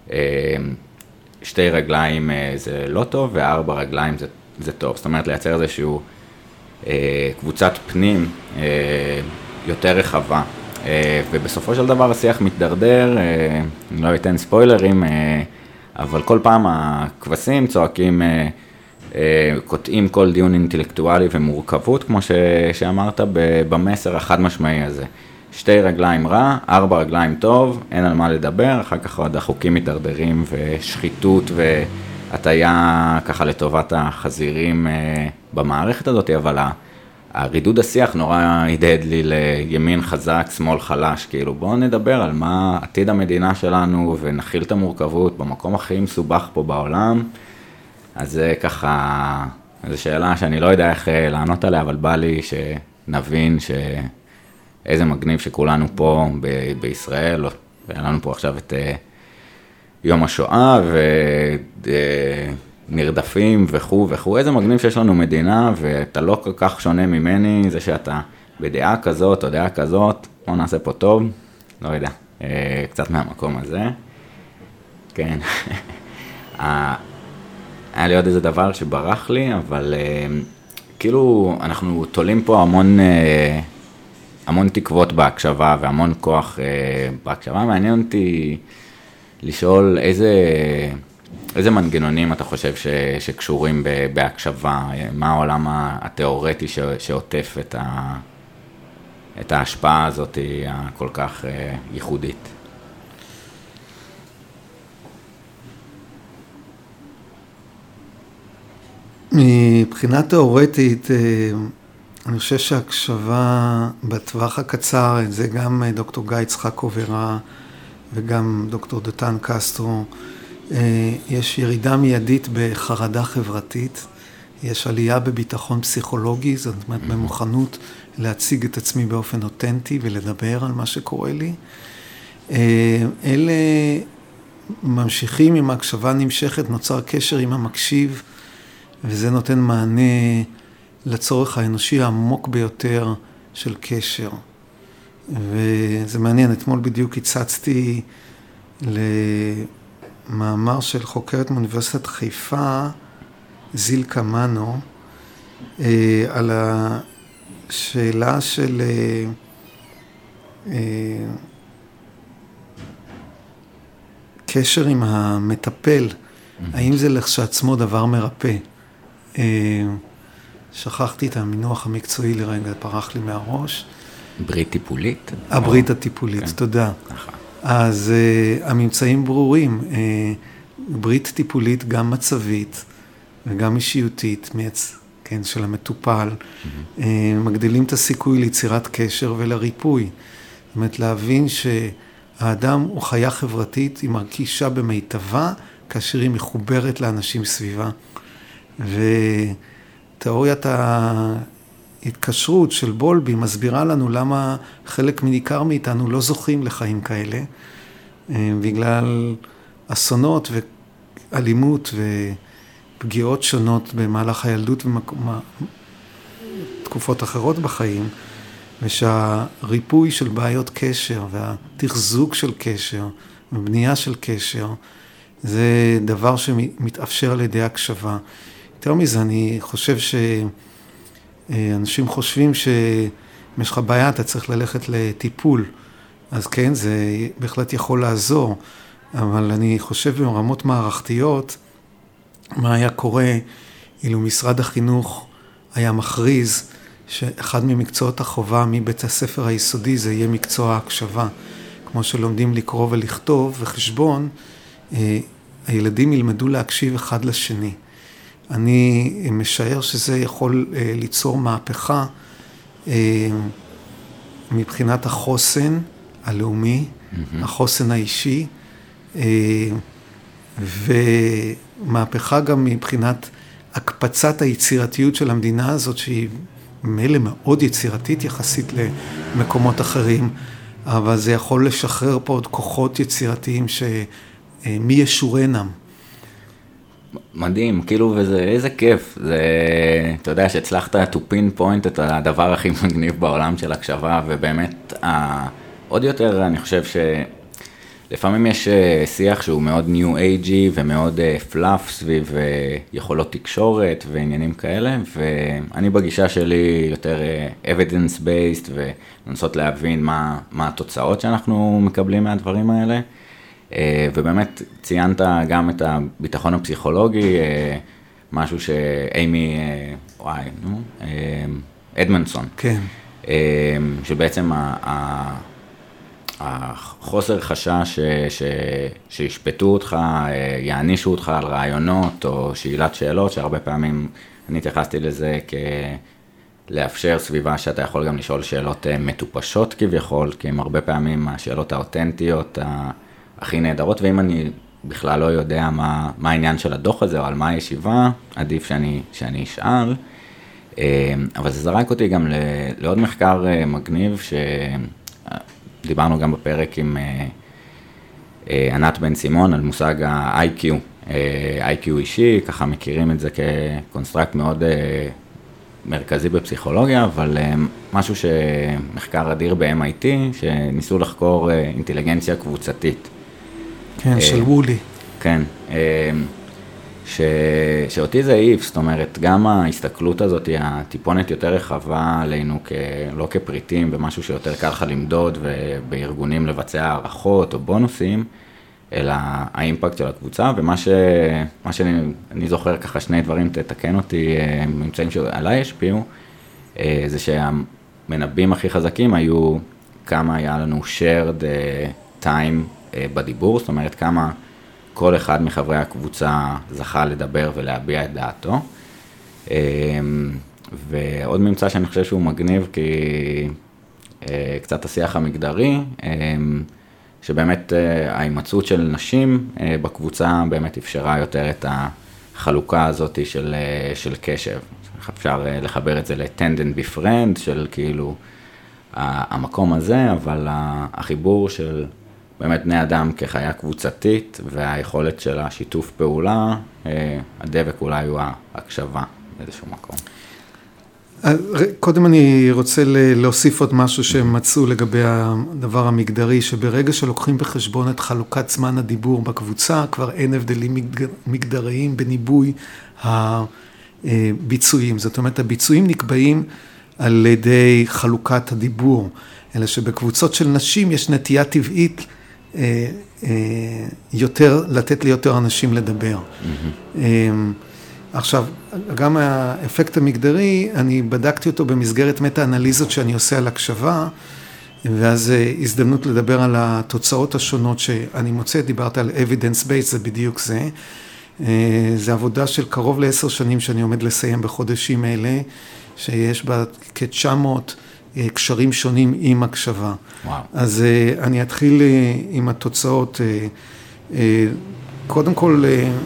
שתי רגליים זה לא טוב, וארבע רגליים זה, זה טוב. זאת אומרת, לייצר איזשהו קבוצת פנים יותר רחבה, ובסופו של דבר השיח מתדרדר, אני לא אתן ספוילרים, אבל כל פעם הכבשים צועקים, קוטעים כל דיון אינטלקטואלי ומורכבות, כמו שאמרת במסר החד משמעי הזה. שתי רגליים רע, ארבע רגליים טוב, אין על מה לדבר, אחר כך עוד החוקים מתדרדרים ושחיתות והטיה ככה לטובת החזירים במערכת הזאת, אבל הרידוד השיח נורא ידד לי לימין חזק, שמאל חלש, כאילו בואו נדבר על מה עתיד המדינה שלנו ונכיל את המורכבות במקום הכי מסובך פה בעולם. אז זה ככה, זו שאלה שאני לא יודע איך לענות עליה, אבל בא לי שנבין ש... איזה מגניב שכולנו פה ב- בישראל, והיה לנו פה עכשיו את uh, יום השואה, ונרדפים וכו' וכו', איזה מגניב שיש לנו מדינה, ואתה לא כל כך שונה ממני, זה שאתה בדעה כזאת או דעה כזאת, בוא נעשה פה טוב, לא יודע, uh, קצת מהמקום הזה. כן, היה לי עוד איזה דבר שברח לי, אבל uh, כאילו אנחנו תולים פה המון... Uh, המון תקוות בהקשבה והמון כוח אה, בהקשבה. מעניין אותי לשאול איזה, איזה מנגנונים אתה חושב ש, שקשורים ב, בהקשבה, מה העולם התיאורטי ש, שעוטף את, ה, את ההשפעה הזאת הכל כך אה, ייחודית.
מבחינה תיאורטית, אני חושב שהקשבה בטווח הקצר, זה גם דוקטור גיא יצחקוב הראה וגם דוקטור דותן קסטרו, יש ירידה מיידית בחרדה חברתית, יש עלייה בביטחון פסיכולוגי, זאת אומרת במוכנות להציג את עצמי באופן אותנטי ולדבר על מה שקורה לי. אלה ממשיכים עם ההקשבה נמשכת, נוצר קשר עם המקשיב, וזה נותן מענה לצורך האנושי העמוק ביותר של קשר. וזה מעניין, אתמול בדיוק הצצתי למאמר של חוקרת מאוניברסיטת חיפה, זיל קמאנו, על השאלה של קשר עם המטפל, האם זה לכשעצמו דבר מרפא. שכחתי את המינוח המקצועי לרגע, פרח לי מהראש.
ברית טיפולית?
הברית הטיפולית, כן. תודה. נכון. אז uh, הממצאים ברורים, uh, ברית טיפולית גם מצבית וגם אישיותית, מעץ, כן, של המטופל, mm-hmm. uh, מגדילים את הסיכוי ליצירת קשר ולריפוי. זאת אומרת, להבין שהאדם הוא חיה חברתית, היא מרגישה במיטבה, כאשר היא מחוברת לאנשים סביבה. ו... תיאוריית ההתקשרות של בולבי מסבירה לנו למה חלק ניכר מאיתנו לא זוכים לחיים כאלה, בגלל אסונות ואלימות ופגיעות שונות במהלך הילדות ותקופות אחרות בחיים, ושהריפוי של בעיות קשר והתחזוק של קשר ובנייה של קשר, זה דבר שמתאפשר על ידי הקשבה. יותר מזה, אני חושב שאנשים חושבים שאם יש לך בעיה, אתה צריך ללכת לטיפול. אז כן, זה בהחלט יכול לעזור, אבל אני חושב ברמות מערכתיות, מה היה קורה אילו משרד החינוך היה מכריז שאחד ממקצועות החובה מבית הספר היסודי זה יהיה מקצוע ההקשבה. כמו שלומדים לקרוא ולכתוב וחשבון, הילדים ילמדו להקשיב אחד לשני. אני משער שזה יכול ליצור מהפכה מבחינת החוסן הלאומי, mm-hmm. החוסן האישי, ומהפכה גם מבחינת הקפצת היצירתיות של המדינה הזאת, שהיא מלא מאוד יצירתית יחסית למקומות אחרים, אבל זה יכול לשחרר פה עוד כוחות יצירתיים שמי ישורנם.
מדהים, כאילו, וזה איזה כיף. זה, אתה יודע שהצלחת to pinpoint את הדבר הכי מגניב בעולם של הקשבה, ובאמת, ה... עוד יותר אני חושב שלפעמים יש שיח שהוא מאוד ניו אייג'י ומאוד פלאף סביב יכולות תקשורת ועניינים כאלה, ואני בגישה שלי יותר evidence based ולנסות להבין מה, מה התוצאות שאנחנו מקבלים מהדברים האלה. ובאמת ציינת גם את הביטחון הפסיכולוגי, משהו שאימי, וואי, נו, אדמנסון.
כן.
שבעצם ה... החוסר חשש ש... שישפטו אותך, יענישו אותך על רעיונות או שאלת שאלות, שהרבה פעמים אני התייחסתי לזה כלאפשר סביבה שאתה יכול גם לשאול שאלות מטופשות כביכול, כי הם הרבה פעמים השאלות האותנטיות הכי נהדרות, ואם אני בכלל לא יודע מה, מה העניין של הדוח הזה או על מה הישיבה, עדיף שאני, שאני אשאל. אבל זה זרק אותי גם לעוד מחקר מגניב ש... דיברנו גם בפרק עם ענת בן סימון על מושג ה-איי קיו, איי קיו אישי, ככה מכירים את זה כקונסטרקט מאוד מרכזי בפסיכולוגיה, אבל משהו שמחקר אדיר ב-אם איי טי, שניסו לחקור אינטליגנציה קבוצתית.
כן, של וולי.
כן, ש... שאותי זה העיף, זאת אומרת, גם ההסתכלות הזאת היא הטיפונת יותר רחבה עלינו, כ... לא כפריטים, במשהו שיותר קל לך למדוד ובארגונים לבצע הערכות או בונוסים, אלא האימפקט של הקבוצה, ומה ש... מה שאני אני זוכר ככה שני דברים, תתקן אותי, ממצאים שעליי השפיעו, זה שהמנבאים הכי חזקים היו כמה היה לנו shared time בדיבור, זאת אומרת כמה כל אחד מחברי הקבוצה זכה לדבר ולהביע את דעתו. ועוד ממצא שאני חושב שהוא מגניב, כי קצת השיח המגדרי, שבאמת ההימצאות של נשים בקבוצה באמת אפשרה יותר את החלוקה הזאת של, של קשב. אפשר לחבר את זה ל-tend and befriend, של כאילו המקום הזה, אבל החיבור של באמת בני אדם כחיה קבוצתית, והיכולת של השיתוף פעולה, הדבק אולי הוא ההקשבה באיזשהו מקום.
קודם אני רוצה להוסיף עוד משהו שהם מצאו לגבי הדבר המגדרי, שברגע שלוקחים בחשבון את חלוקת זמן הדיבור בקבוצה, כבר אין הבדלים מגדריים בניבוי הביצועים. זאת אומרת, הביצועים נקבעים על ידי חלוקת הדיבור, אלא שבקבוצות של נשים יש נטייה טבעית יותר, לתת לי יותר אנשים לדבר. Mm-hmm. עכשיו, גם האפקט המגדרי, אני בדקתי אותו במסגרת מטה-אנליזות שאני עושה על הקשבה, ואז הזדמנות לדבר על התוצאות השונות שאני מוצא, דיברת על evidence based, זה בדיוק זה. זה עבודה של קרוב לעשר שנים שאני עומד לסיים בחודשים אלה, שיש בה כ-תשע מאות קשרים שונים עם הקשבה.
וואו.
אז אני אתחיל עם התוצאות. קודם כל,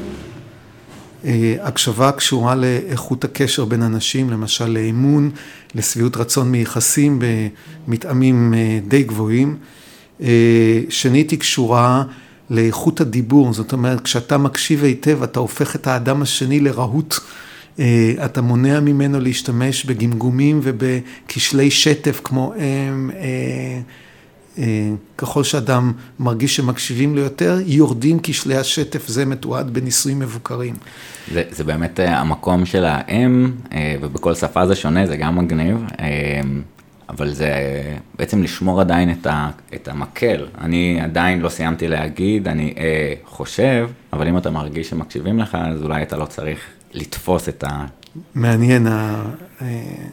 הקשבה קשורה לאיכות הקשר בין אנשים, למשל לאמון, לשביעות רצון מיחסים במטעמים די גבוהים. שנית היא קשורה לאיכות הדיבור, זאת אומרת, כשאתה מקשיב היטב, אתה הופך את האדם השני לרהוט אתה מונע ממנו להשתמש בגמגומים ובכשלי שטף כמו הם, ככל שאדם מרגיש שמקשיבים לו יותר, יורדים כשלי השטף, זה מתועד בניסויים מבוקרים.
זה, זה באמת המקום של האם, ובכל שפה זה שונה, זה גם מגניב, אבל זה בעצם לשמור עדיין את, ה, את המקל. אני עדיין לא סיימתי להגיד, אני אה, חושב, אבל אם אתה מרגיש שמקשיבים לך, אז אולי אתה לא צריך לתפוס את ה...
מעניין ה, אה,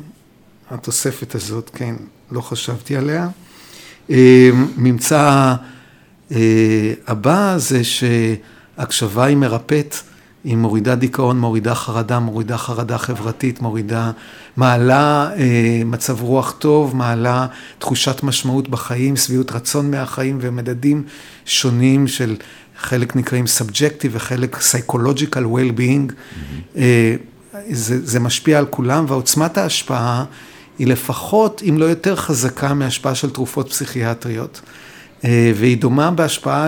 התוספת הזאת, כן, לא חשבתי עליה. אה, ממצא אה, הבא זה שהקשבה היא מרפאת, היא מורידה דיכאון, מורידה חרדה, מורידה חרדה חברתית, מורידה, מעלה אה, מצב רוח טוב, מעלה תחושת משמעות בחיים, סביעות רצון מהחיים ומדדים שונים של חלק נקראים subjective וחלק psychological well-being. Mm-hmm. אה, זה, זה משפיע על כולם, ועוצמת ההשפעה היא לפחות, אם לא יותר חזקה מהשפעה של תרופות פסיכיאטריות. אה, והיא דומה בהשפעה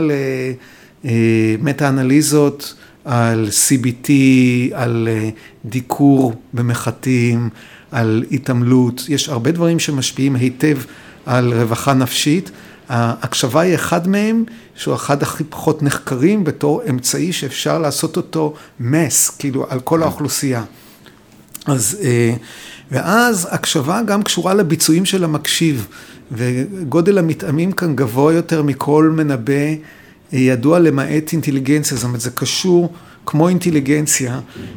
למטה-אנליזות, על סי בי טי, על דיקור במחתים, על התעמלות. יש הרבה דברים שמשפיעים היטב על רווחה נפשית. ההקשבה היא אחד מהם, שהוא אחד הכי פחות נחקרים בתור אמצעי שאפשר לעשות אותו מס, כאילו על כל האוכלוסייה. אז, ואז הקשבה גם קשורה לביצועים של המקשיב, וגודל המתאמים כאן גבוה יותר מכל מנבא, ידוע למעט אינטליגנציה, זאת אומרת, זה קשור כמו אינטליגנציה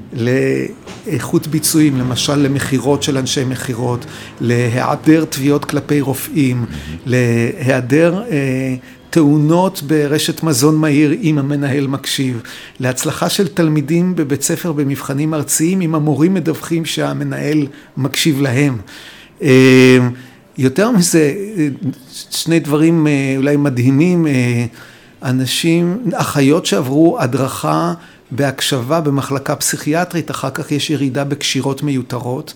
לאיכות ביצועים, למשל למחירות של אנשי מחירות, להיעדר תביעות כלפי רופאים, להיעדר אה, תאונות ברשת מזון מהיר אם המנהל מקשיב, להצלחה של תלמידים בבית ספר במבחנים ארציים, אם המורים מדווחים שהמנהל מקשיב להם. אה, יותר מזה, שני דברים אה, אולי מדהימים, אה, אנשים, אחיות שעברו הדרכה בהקשבה במחלקה פסיכיאטרית, אחר כך יש ירידה בקשירות מיותרות.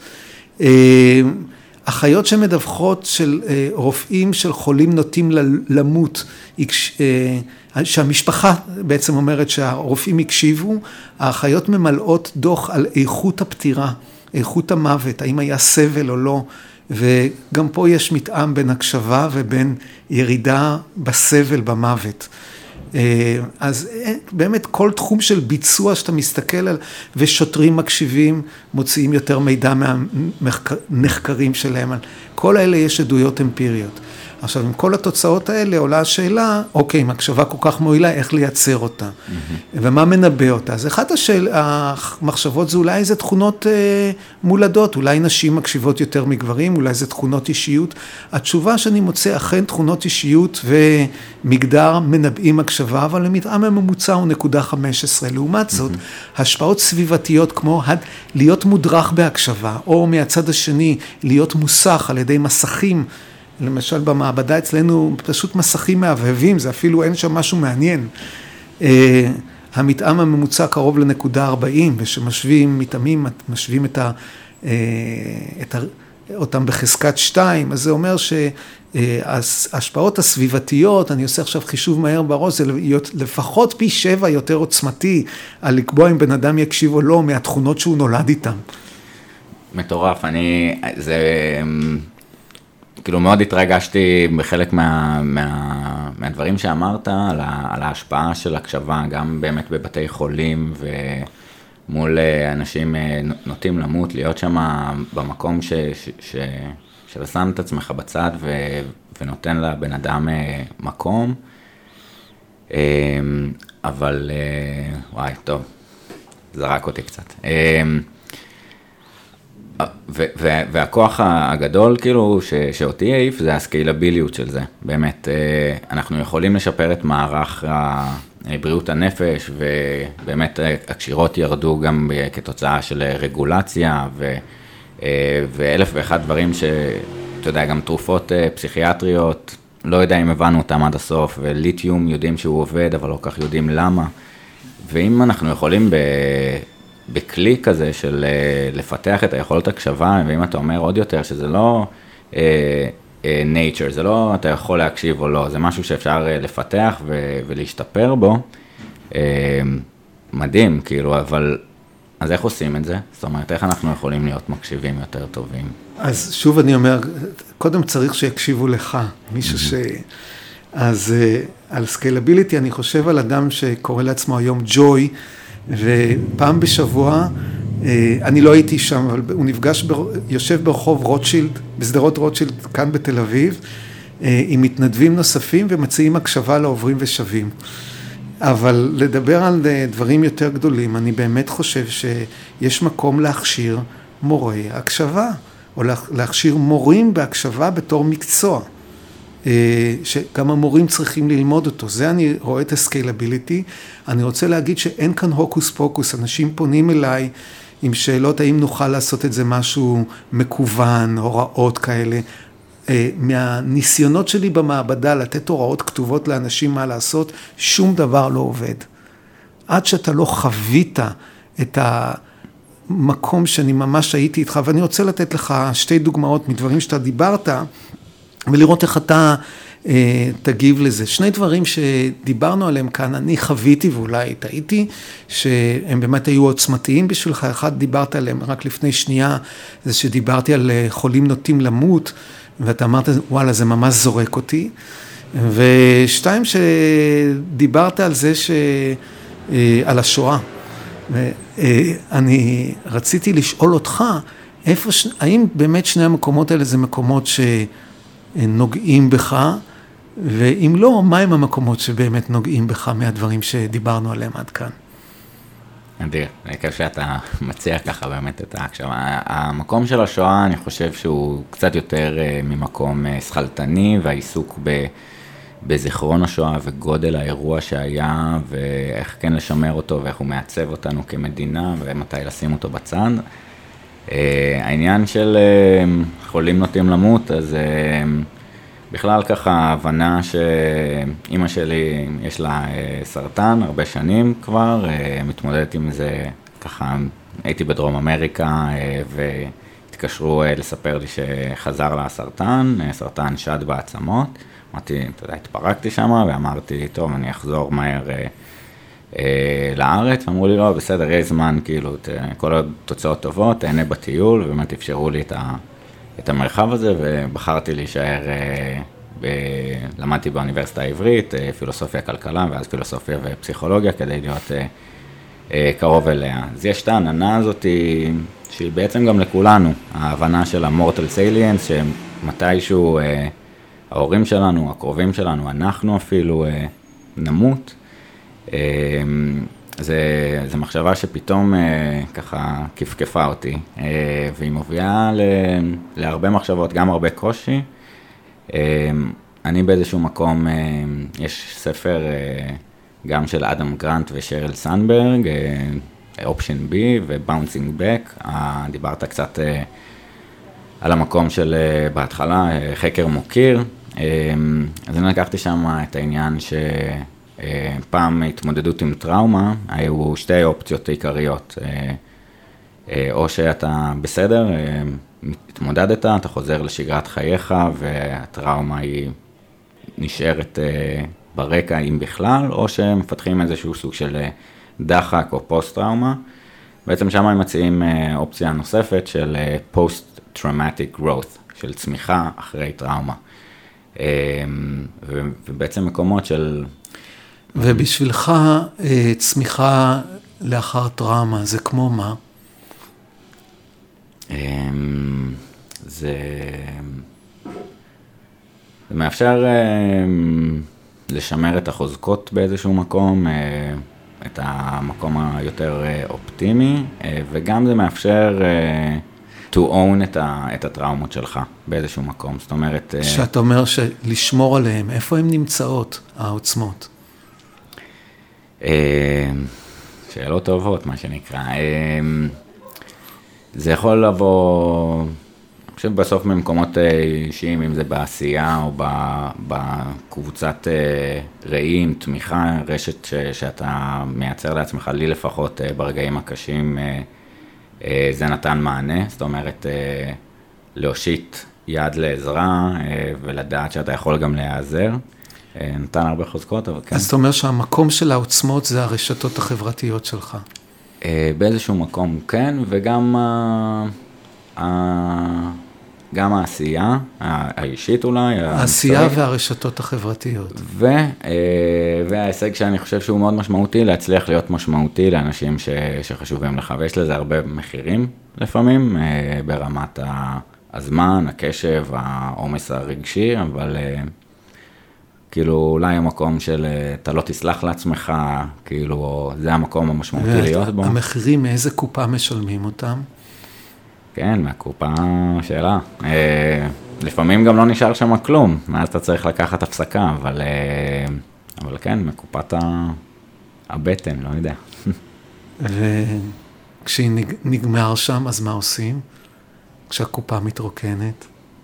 אחיות שמדווחות של רופאים של חולים נוטים למות, שהמשפחה בעצם אומרת שהרופאים הקשיבו, האחיות ממלאות דוח על איכות הפטירה, איכות המוות, האם היה סבל או לא, וגם פה יש מתאם בין הקשבה ובין ירידה בסבל במוות. אז באמת כל תחום של ביצוע שאתה מסתכל על, ושוטרים מקשיבים, מוציאים יותר מידע מהנחקרים שלהם. כל האלה יש עדויות אמפיריות. עכשיו, עם כל התוצאות האלה עולה השאלה, אוקיי, אם הקשבה כל כך מועילה, איך לייצר אותה? Mm-hmm. ומה מנבא אותה? אז אחת השאל, המחשבות זה אולי איזה תכונות אה, מולדות, אולי נשים מקשיבות יותר מגברים, אולי זה תכונות אישיות. התשובה שאני מוצא, אכן תכונות אישיות ומגדר מנבאים הקשבה, אבל למתאם הממוצע הוא נקודה חמש עשרה. לעומת זאת, mm-hmm. השפעות סביבתיות כמו להיות מודרך בהקשבה, או מהצד השני, להיות מוסך על ידי מסכים, למשל במעבדה אצלנו פשוט מסכים מהבהבים, זה אפילו אין שם משהו מעניין. המתאם הממוצע קרוב לנקודה ארבעים, ושמשווים מתאמים, משווים את ה, את ה, אותם בחזקת שתיים, אז זה אומר שההשפעות הסביבתיות, אני עושה עכשיו חישוב מהר בראש, זה לפחות פי שבע יותר עוצמתי, על לקבוע אם בן אדם יקשיב או לא, מהתכונות שהוא נולד איתם.
מטורף, אני, זה... כאילו מאוד התרגשתי בחלק מה, מה, מהדברים שאמרת על, ה, על ההשפעה של הקשבה, גם באמת בבתי חולים ומול אנשים נוטים למות, להיות שם במקום ש, ש, ש, של שם את עצמך בצד ו, ונותן לבן אדם מקום. אבל וואי, טוב, זרק אותי קצת. והכוח הגדול כאילו שאותי העיף זה הסקיילביליות של זה, באמת אנחנו יכולים לשפר את מערך בריאות הנפש, ובאמת הקשירות ירדו גם כתוצאה של רגולציה ואלף ואחד דברים שאתה יודע, גם תרופות פסיכיאטריות, לא יודע אם הבנו אותם עד הסוף, וליתיום יודעים שהוא עובד אבל לא כך יודעים למה, ואם אנחנו יכולים ב... בכלי כזה של לפתח את היכולת הקשבה, ואם אתה אומר עוד יותר שזה לא uh, uh, nature, זה לא אתה יכול להקשיב או לא, זה משהו שאפשר לפתח ו- ולהשתפר בו, uh, מדהים, כאילו, אבל אז איך עושים את זה? זאת אומרת, איך אנחנו יכולים להיות מקשיבים יותר טובים?
אז שוב אני אומר, קודם צריך שיקשיבו לך, מישהו ש... אז על סקיילביליטי אני חושב על אדם שקורא לעצמו היום ג'וי, ופעם בשבוע, אני לא הייתי שם, אבל הוא נפגש, יושב ברחוב רוטשילד, בסדרות רוטשילד כאן בתל אביב, עם מתנדבים נוספים ומציעים הקשבה לעוברים ושווים. אבל לדבר על דברים יותר גדולים, אני באמת חושב שיש מקום להכשיר מורי הקשבה, או להכשיר מורים בהקשבה בתור מקצוע, שגם המורים צריכים ללמוד אותו. זה אני רואה את הסקיילביליטי. אני רוצה להגיד שאין כאן הוקוס פוקוס, אנשים פונים אליי עם שאלות, האם נוכל לעשות את זה משהו מקוון, הוראות כאלה. מהניסיונות שלי במעבדה לתת הוראות כתובות לאנשים מה לעשות, שום דבר לא עובד. עד שאתה לא חווית את המקום שאני ממש הייתי איתך, ואני רוצה לתת לך שתי דוגמאות מדברים שאתה דיברת, ולראות איך אתה אה, תגיב לזה. שני דברים שדיברנו עליהם כאן, אני חוויתי ואולי טעיתי, שהם באמת היו עוצמתיים בשבילך. אחד דיברת עליהם רק לפני שנייה, זה שדיברתי על חולים נוטים למות, ואתה אמרת, וואלה, זה ממש זורק אותי. ושתיים, שדיברת על זה, ש... על השואה. ואני רציתי לשאול אותך, איפה, האם באמת שני המקומות האלה זה מקומות שנוגעים בך, ואם לא, מה הם המקומות שבאמת נוגעים בך מהדברים שדיברנו עליהם עד כאן?
אדיר, אני חושב שאתה מציע ככה באמת את ההקשבה. המקום של השואה, אני חושב שהוא קצת יותר ממקום שכלתני, והעיסוק ב, בזיכרון השואה וגודל האירוע שהיה, ואיך כן לשמר אותו, ואיך הוא מעצב אותנו כמדינה, ומתי לשים אותו בצד. העניין של חולים נוטים למות, אז בכלל ככה ההבנה שאמא שלי יש לה סרטן הרבה שנים כבר, מתמודדת עם זה ככה, הייתי בדרום אמריקה והתקשרו לספר לי שחזר לה סרטן, סרטן שד בעצמות, אמרתי, אתה יודע, התפרקתי שם ואמרתי, טוב, אני אחזור מהר לארץ, אמרו לי, לא, בסדר, יש זמן, כאילו, כל התוצאות טובות, תהנה בטיול, ובאמת אפשרו לי את ה... את המרחב הזה, ובחרתי להישאר, ב... למדתי באוניברסיטה העברית, פילוסופיה כלכלה, ואז פילוסופיה ופסיכולוגיה, כדי להיות קרוב אליה. אז יש את העננה הזאת, שהיא בעצם גם לכולנו, ההבנה של המורטל סייליאנס, שמתישהו ההורים שלנו, הקרובים שלנו, אנחנו אפילו נמות. זה, זה מחשבה שפתאום אה, ככה כפכפה אותי, אה, והיא מובילה ל, להרבה מחשבות, גם הרבה קושי. אה, אני באיזשהו מקום, אה, יש ספר אה, גם של אדם גרנט ושרל סנברג, אופשן בי ובאונסינג בק, אה, דיברת קצת אה, על המקום של אה, בהתחלה, אה, חקר מוקיר, אה, אז אני לקחתי שם את העניין ש... פעם התמודדות עם טראומה, היו שתי אופציות עיקריות, או שאתה בסדר, התמודדת, אתה חוזר לשגרת חייך, והטראומה היא נשארת ברקע אם בכלל, או שמפתחים איזשהו סוג של דחק או פוסט-טראומה. בעצם שם הם מציעים אופציה נוספת של post-traumatic growth, של צמיחה אחרי טראומה. ובעצם מקומות של...
ובשבילך צמיחה לאחר טראומה, זה כמו מה?
זה, זה מאפשר לשמר את החוזקות באיזשהו מקום, את המקום היותר אופטימי, וגם זה מאפשר to own את, ה, את הטראומות שלך באיזשהו מקום. זאת אומרת...
שאתה אומר שלשמור עליהם, איפה הן נמצאות, העוצמות?
שאלות טובות, מה שנקרא. זה יכול לבוא, אני חושב בסוף ממקומות אישיים, אם זה בעשייה או בקבוצת רעים, תמיכה, רשת שאתה מייצר לעצמך, לי לפחות ברגעים הקשים, זה נתן מענה, זאת אומרת, להושיט יד לעזרה ולדעת שאתה יכול גם להיעזר. נתן הרבה חוזקות, אבל כן.
אז אתה אומר שהמקום של העוצמות זה הרשתות החברתיות שלך.
באיזשהו מקום כן, וגם גם העשייה האישית אולי.
העשייה והרשתות החברתיות.
וההישג שאני חושב שהוא מאוד משמעותי, להצליח להיות משמעותי לאנשים שחשובים לך, ויש לזה הרבה מחירים לפעמים, ברמת הזמן, הקשב, העומס הרגשי, אבל כאילו אולי המקום של אתה לא תסלח לעצמך, כאילו זה המקום המשמעותי להיות בו.
המחירים, מאיזה קופה משלמים אותם?
כן, מהקופה שאלה. לפעמים גם לא נשאר שם כלום, מאז אתה צריך לקחת הפסקה, אבל, אבל כן, מקופת הבטן, לא יודע.
וכשהיא נגמר שם, אז מה עושים? כשהקופה מתרוקנת?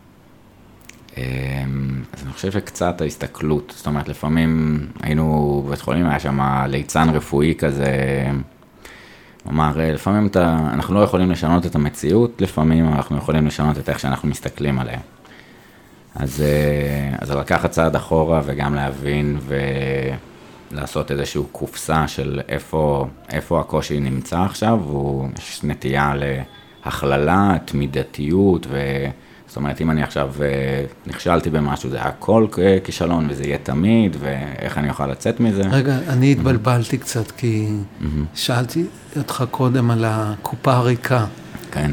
אז אני חושב שקצת ההסתכלות, זאת אומרת, לפעמים היינו בבית חולים, היה שם ליצן רפואי כזה, כלומר, לפעמים אתה, אנחנו לא יכולים לשנות את המציאות, לפעמים אנחנו יכולים לשנות את איך שאנחנו מסתכלים עליה. אז, אז לקחת צעד אחורה וגם להבין ולעשות איזשהו קופסה של איפה, איפה הקושי נמצא עכשיו, ויש נטייה להכללה, תמידתיות, ו... זאת אומרת, אם אני עכשיו נכשלתי במשהו, זה הכל כישלון וזה יהיה תמיד, ואיך אני אוכל לצאת מזה.
רגע, אני התבלבלתי קצת, כי שאלתי אותך קודם על הקופה הריקה.
כן.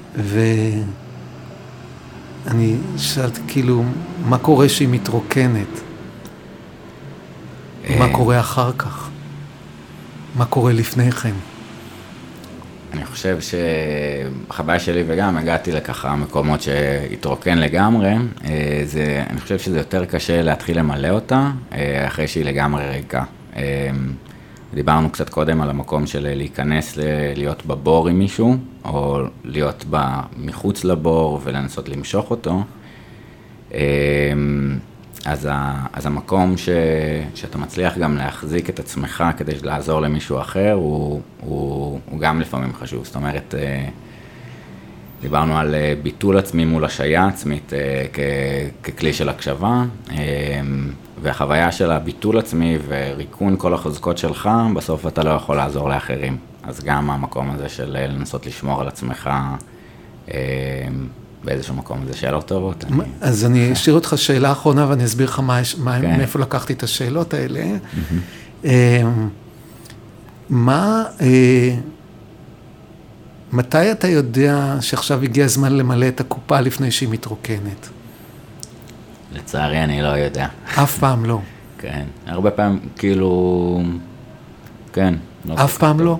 ואני שאלתי כאילו, מה קורה שהיא מתרוקנת? מה קורה אחר כך? מה קורה לפני כן?
אני חושב שבחוויה שלי וגם הגעתי לככה מקומות שהתרוקן לגמרי, זה, אני חושב שזה יותר קשה להתחיל למלא אותה אחרי שהיא לגמרי ריקה. דיברנו קצת קודם על המקום של להיכנס, להיות בבור עם מישהו, או להיות מחוץ לבור ולנסות למשוך אותו. אז, ה, אז המקום ש, שאתה מצליח גם להחזיק את עצמך כדי לעזור למישהו אחר, הוא, הוא, הוא גם לפעמים חשוב. זאת אומרת, דיברנו על ביטול עצמי מול השעיה עצמית כ, ככלי של הקשבה, והחוויה של הביטול עצמי וריקון כל החוזקות שלך, בסוף אתה לא יכול לעזור לאחרים. אז גם המקום הזה של לנסות לשמור על עצמך, באיזשהו מקום, זה שאלות טובות.
אז אני אשאיר אותך שאלה אחרונה, ואני אסביר לך מאיפה לקחתי את השאלות האלה. מה, מתי אתה יודע שעכשיו הגיע הזמן למלא את הקופה לפני שהיא מתרוקנת?
לצערי אני לא יודע.
אף פעם לא.
כן, הרבה פעמים, כאילו, כן.
אף פעם לא?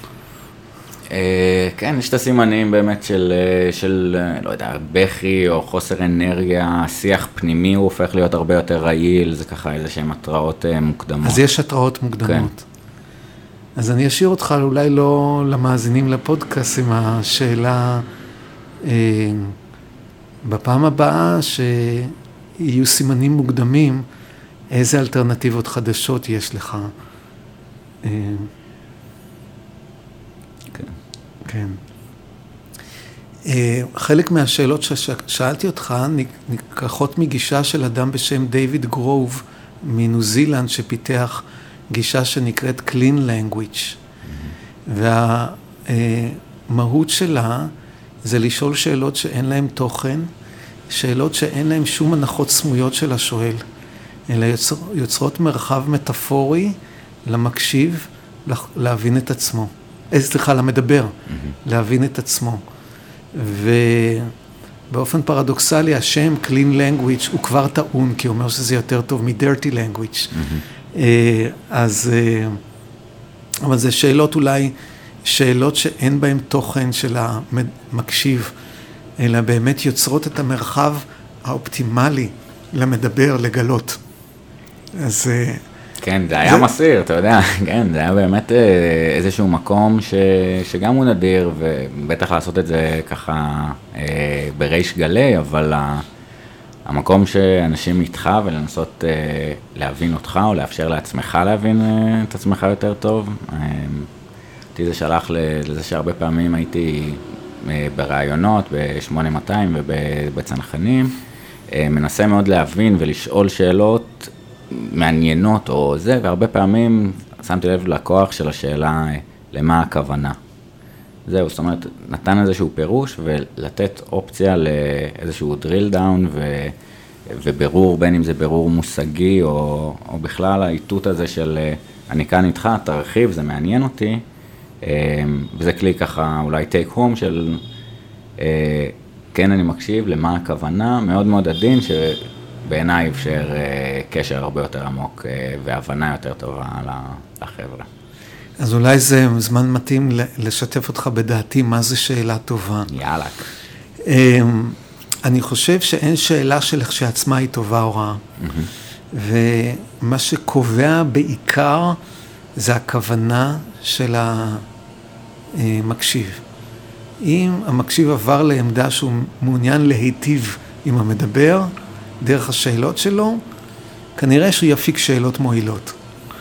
כן, יש את הסימנים באמת של, של, לא יודע, בכי או חוסר אנרגיה, שיח פנימי הוא הופך להיות הרבה יותר רעיל, זה ככה איזה שהן התראות מוקדמות.
אז יש התראות מוקדמות. כן. אז אני אשאיר אותך אולי לא למאזינים לפודקאסט עם השאלה, אה, בפעם הבאה שיהיו סימנים מוקדמים, איזה אלטרנטיבות חדשות יש לך? אה, כן. חלק מהשאלות ששאלתי אותך נקרחות מגישה של אדם בשם דיוויד גרוב מניו זילנד, שפיתח גישה שנקראת Clean Language. והמהות שלה זה לשאול שאלות שאין להן תוכן, שאלות שאין להן שום הנחות סמויות של השואל, אלא יוצר, יוצרות מרחב מטאפורי למקשיב להבין את עצמו. סליחה, למדבר, mm-hmm. להבין את עצמו. ובאופן פרדוקסלי, השם Clean Language הוא כבר טעון, כי הוא אומר שזה יותר טוב מ-Dirty Language. Mm-hmm. אז, אבל זה שאלות אולי, שאלות שאין בהן תוכן של המקשיב, אלא באמת יוצרות את המרחב האופטימלי למדבר, לגלות. אז...
כן, זה היה מסעיר, אתה יודע, כן, זה היה באמת איזשהו מקום ש, שגם הוא נדיר, ובטח לעשות את זה ככה אה, בריש גלי, אבל המקום שאנשים איתך ולנסות אה, להבין אותך, או לאפשר לעצמך להבין אה, את עצמך יותר טוב, אה, אותי זה שלח לזה שהרבה פעמים הייתי אה, ברעיונות, ב-שמונה מאתיים ובצנחנים, אה, מנסה מאוד להבין ולשאול שאלות, מעניינות או זה, והרבה פעמים שמתי לב לכוח של השאלה, למה הכוונה. זהו, זאת אומרת, נתן איזשהו פירוש ולתת אופציה לאיזשהו drill down ו, וברור, בין אם זה ברור מושגי או, או בכלל האיתות הזה של אני כאן איתך, תרחיב, זה מעניין אותי, וזה כלי ככה אולי take home של כן אני מקשיב למה הכוונה, מאוד מאוד עדין שבעיניי אפשר קשר הרבה יותר עמוק והבנה יותר טובה לחבר'ה.
אז אולי זה זמן מתאים לשתף אותך בדעתי מה זה שאלה טובה.
יאללה.
אני חושב שאין שאלה שלכשעצמה היא טובה או רעה. ומה שקובע בעיקר זה הכוונה של המקשיב. אם המקשיב עבר לעמדה שהוא מעוניין להיטיב עם המדבר, דרך השאלות שלו, כנראה שהוא יפיק שאלות מועילות.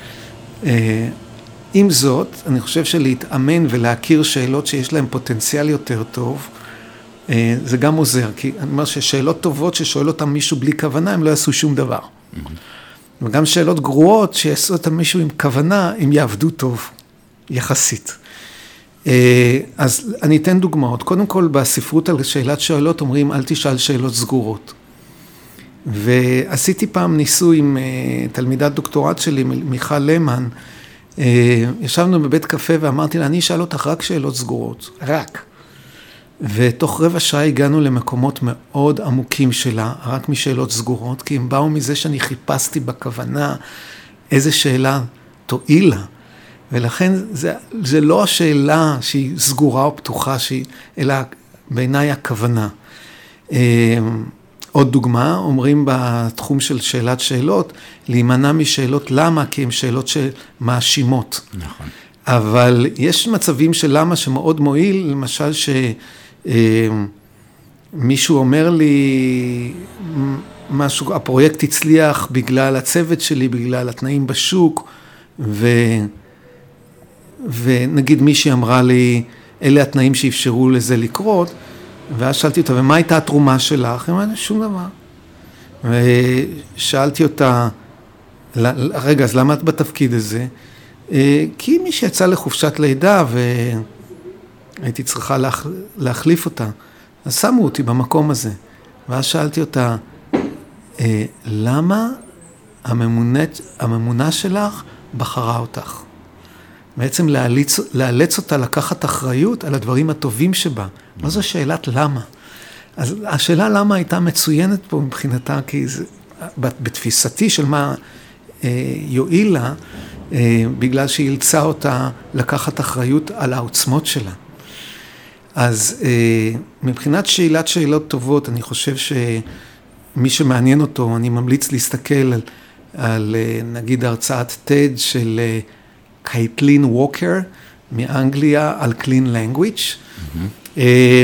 עם זאת, אני חושב שלהתאמן ולהכיר שאלות שיש להן פוטנציאל יותר טוב, זה גם עוזר, כי אני אומר ששאלות טובות ששואל אותם מישהו בלי כוונה, הם לא יעשו שום דבר. וגם שאלות גרועות שיעשו אותם מישהו עם כוונה, הם יעבדו טוב, יחסית. אז אני אתן דוגמאות. קודם כל, בספרות על שאלת שאלות אומרים, אל תשאל שאלות סגורות. ועשיתי פעם ניסוי עם תלמידת דוקטורט שלי, מיכל למן, ישבנו בבית קפה ואמרתי לה, אני אשאל אותך רק שאלות סגורות, רק. ותוך רבע שעה הגענו למקומות מאוד עמוקים שלה, רק משאלות סגורות, כי הם באו מזה שאני חיפשתי בכוונה איזה שאלה תועיל לה. ולכן זה, זה לא השאלה שהיא סגורה או פתוחה, שהיא, אלא בעיניי הכוונה. עוד דוגמה, אומרים בתחום של שאלת שאלות, להימנע משאלות למה, כי הן שאלות שמאשימות.
נכון.
אבל יש מצבים של למה שמאוד מועיל, למשל שמישהו אומר לי, משהו, הפרויקט הצליח בגלל הצוות שלי, בגלל התנאים בשוק, ו, ונגיד מישהי אמרה לי, אלה התנאים שאפשרו לזה לקרות, ואז שאלתי אותה, ומה הייתה התרומה שלך? היא אמרה, שום דבר. ושאלתי אותה, רגע, אז למה את בתפקיד הזה? כי מי שיצא לחופשת לידה, והייתי צריכה להח... להחליף אותה, אז שמו אותי במקום הזה. ואז שאלתי אותה, למה הממונת, הממונה שלך בחרה אותך? בעצם לאלץ, לאלץ אותה לקחת אחריות על הדברים הטובים שבה. מה זו שאלת למה? אז השאלה למה הייתה מצוינת פה מבחינתה, כי זה, בתפיסתי של מה אה, יועיל לה, אה, בגלל שהיא אילצה אותה לקחת אחריות על העוצמות שלה. אז אה, מבחינת שאלת שאלות טובות, אני חושב שמי שמעניין אותו, אני ממליץ להסתכל על, על נגיד הרצאת טד של קייטלין ווקר מאנגליה על clean language. Mm-hmm.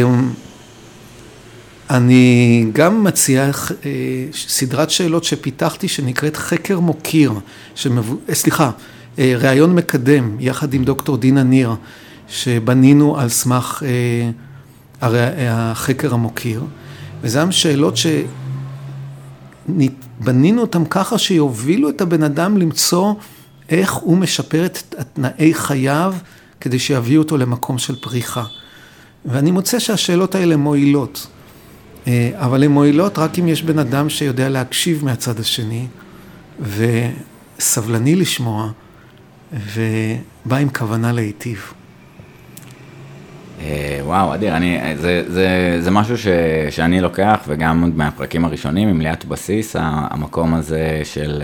אני גם מציע סדרת שאלות שפיתחתי שנקראת חקר מוקיר, שמבו... סליחה, ראיון מקדם יחד עם דוקטור דינה ניר, שבנינו על סמך החקר המוקיר, וזה הם שאלות שבנינו אותם ככה שיובילו את הבן אדם למצוא איך הוא משפר את תנאי חייו כדי שיביאו אותו למקום של פריחה. ואני מוצא שהשאלות האלה מועילות, אבל הן מועילות רק אם יש בן אדם שיודע להקשיב מהצד השני, וסבלני לשמוע, ובא עם כוונה להיטיב.
וואו, אדיר, אני, זה, זה, זה משהו ש, שאני לוקח, וגם עוד מהפרקים הראשונים, עם ליאת בסיס, המקום הזה של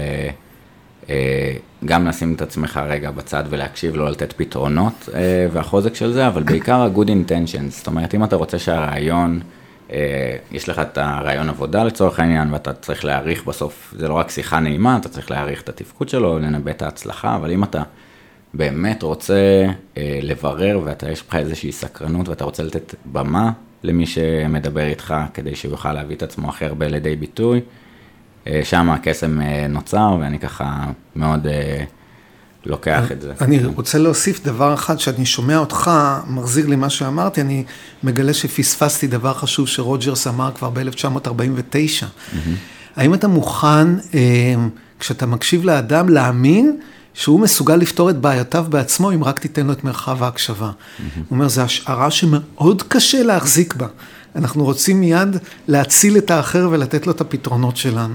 גם לשים את עצמך רגע בצד ולהקשיב לו, לתת פתרונות והחוזק של זה, אבל בעיקר ה-good intentions, זאת אומרת, אם אתה רוצה שהרעיון, יש לך את הרעיון עבודה לצורך העניין, ואתה צריך להעריך בסוף, זה לא רק שיחה נעימה, אתה צריך להעריך את התפקוד שלו, לנבא את ההצלחה, אבל אם אתה באמת רוצה לברר, ואתה יש לך איזושהי סקרנות, ואתה רוצה לתת במה למי שמדבר איתך, כדי שהוא יוכל להביא את עצמו הכי הרבה לידי ביטוי, שם הקסם נוצר, ואני ככה מאוד לוקח את זה.
אני רוצה להוסיף דבר אחד, שאני שומע אותך, מחזיר לי מה שאמרתי, אני מגלה שפספסתי דבר חשוב שרוג'רס אמר כבר ב-אלף תשע מאות ארבעים ותשע. האם אתה מוכן, כשאתה מקשיב לאדם, להאמין שהוא מסוגל לפתור את בעיותיו בעצמו, אם רק תיתן לו את מרחב ההקשבה. Mm-hmm. הוא אומר, זו השערה שמאוד קשה להחזיק בה. אנחנו רוצים מיד להציל את האחר ולתת לו את הפתרונות שלנו.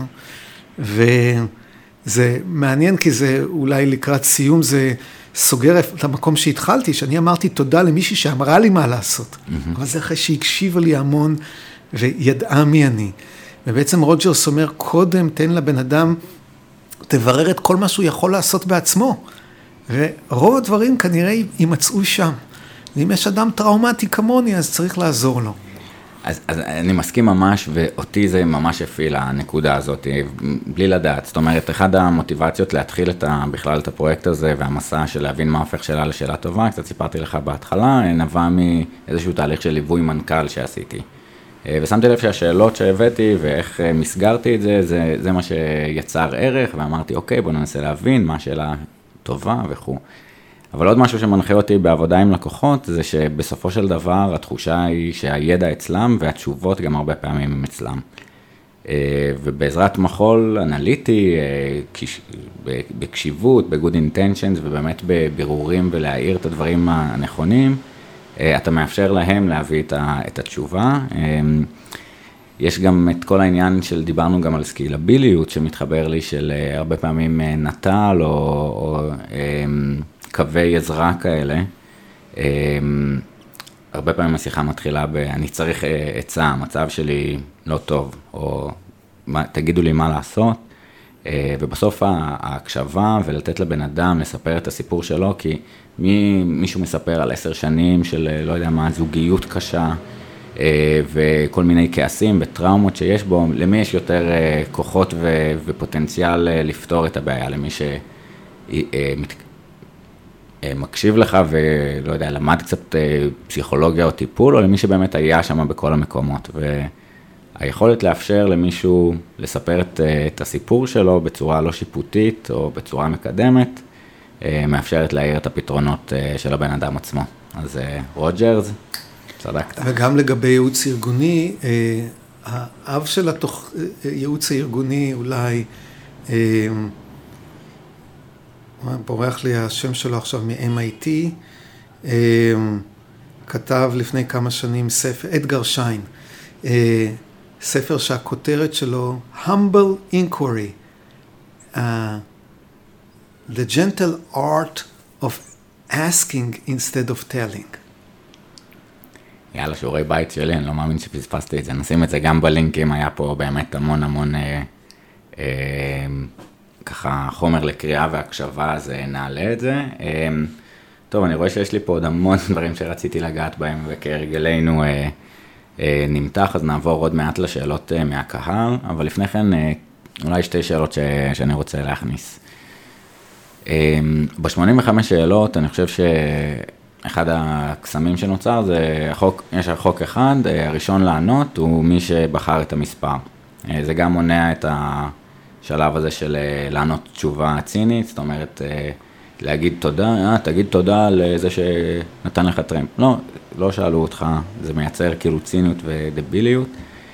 וזה מעניין, כי זה אולי לקראת סיום, זה סוגר את המקום שהתחלתי, שאני אמרתי תודה למישהי שאמרה לי מה לעשות. Mm-hmm. אבל זה אחרי שהקשיבה לי המון וידעה מי אני. ובעצם רוג'רס אומר, קודם תן לבן אדם, תברר את כל מה שהוא יכול לעשות בעצמו. ורוב הדברים כנראה יימצאו שם. ואם יש אדם טראומטי כמוני, אז צריך לעזור לו.
אז, אז אני מסכים ממש, ואותי זה ממש הפעיל הנקודה הזאת, בלי לדעת. זאת אומרת, אחד המוטיבציות להתחיל את ה, בכלל את הפרויקט הזה, והמסע של להבין מה הופך שאלה לשאלה טובה, קצת סיפרתי לך בהתחלה, נבע מאיזשהו תהליך של ליווי מנכ"ל שעשיתי. ושמתי לב שהשאלות שהבאתי ואיך מסגרתי את זה, זה, זה מה שיצר ערך, ואמרתי, אוקיי, בוא ננסה להבין מה השאלה טובה וכו'. אבל עוד משהו שמנחה אותי בעבודה עם לקוחות, זה שבסופו של דבר התחושה היא שהידע אצלם, והתשובות גם הרבה פעמים הם אצלם. ובעזרת מחול אנליטי, בקשיבות, ב-good intentions, ובאמת בבירורים ולהעיר את הדברים הנכונים, אתה מאפשר להם להביא את התשובה. יש גם את כל העניין של, דיברנו גם על סקילביליות, שמתחבר לי של הרבה פעמים נטל או, או קווי עזרה כאלה. הרבה פעמים השיחה מתחילה ב, אני צריך עצה, המצב שלי לא טוב, או תגידו לי מה לעשות. ובסוף ההקשבה ולתת לבן אדם לספר את הסיפור שלו, כי מי, מישהו מספר על עשר שנים של לא יודע מה, זוגיות קשה, וכל מיני כעסים וטראומות שיש בו, למי יש יותר כוחות ו, ופוטנציאל לפתור את הבעיה, למי שמקשיב לך ולא יודע, למד קצת פסיכולוגיה או טיפול, או למי שבאמת היה שם בכל המקומות. והיכולת לאפשר למישהו לספר את, את הסיפור שלו בצורה לא שיפוטית או בצורה מקדמת, מאפשרת להעיר את הפתרונות של הבן אדם עצמו. אז רוג'רס, צדקת.
וגם לגבי ייעוץ ארגוני, האב של התוך, ייעוץ הארגוני אולי, בורח לי השם שלו עכשיו מ-אם איי טי, כתב לפני כמה שנים ספר, אדגר שיין, ספר שהכותרת שלו, Humble Inquiry, uh, The Gentle Art of Asking Instead of Telling.
יאללה, שיעורי בית שלי, אני לא מאמין שפספסתי את זה. נשים את זה גם בלינקים, היה פה באמת המון המון אה, אה, ככה חומר לקריאה והקשבה, אז נעלה את זה. אה, טוב, אני רואה שיש לי פה עוד המון דברים שרציתי לגעת בהם, וכהרגלנו אה, אה, נמתח, אז נעבור עוד מעט לשאלות אה, מהקהל, אבל לפני כן אה, אולי שתי שאלות ש, שאני רוצה להכניס. אה, ב-שמונים וחמש שאלות, אני חושב ש... אחד הקסמים שנוצר זה החוק, יש החוק אחד, הראשון לענות הוא מי שבחר את המספר. זה גם מונע את השלב הזה של לענות תשובה צינית, זאת אומרת, להגיד תודה, אה, תגיד תודה לזה שנתן לך טרמפ. לא, לא שאלו אותך, זה מייצר כאילו ציניות ודביליות,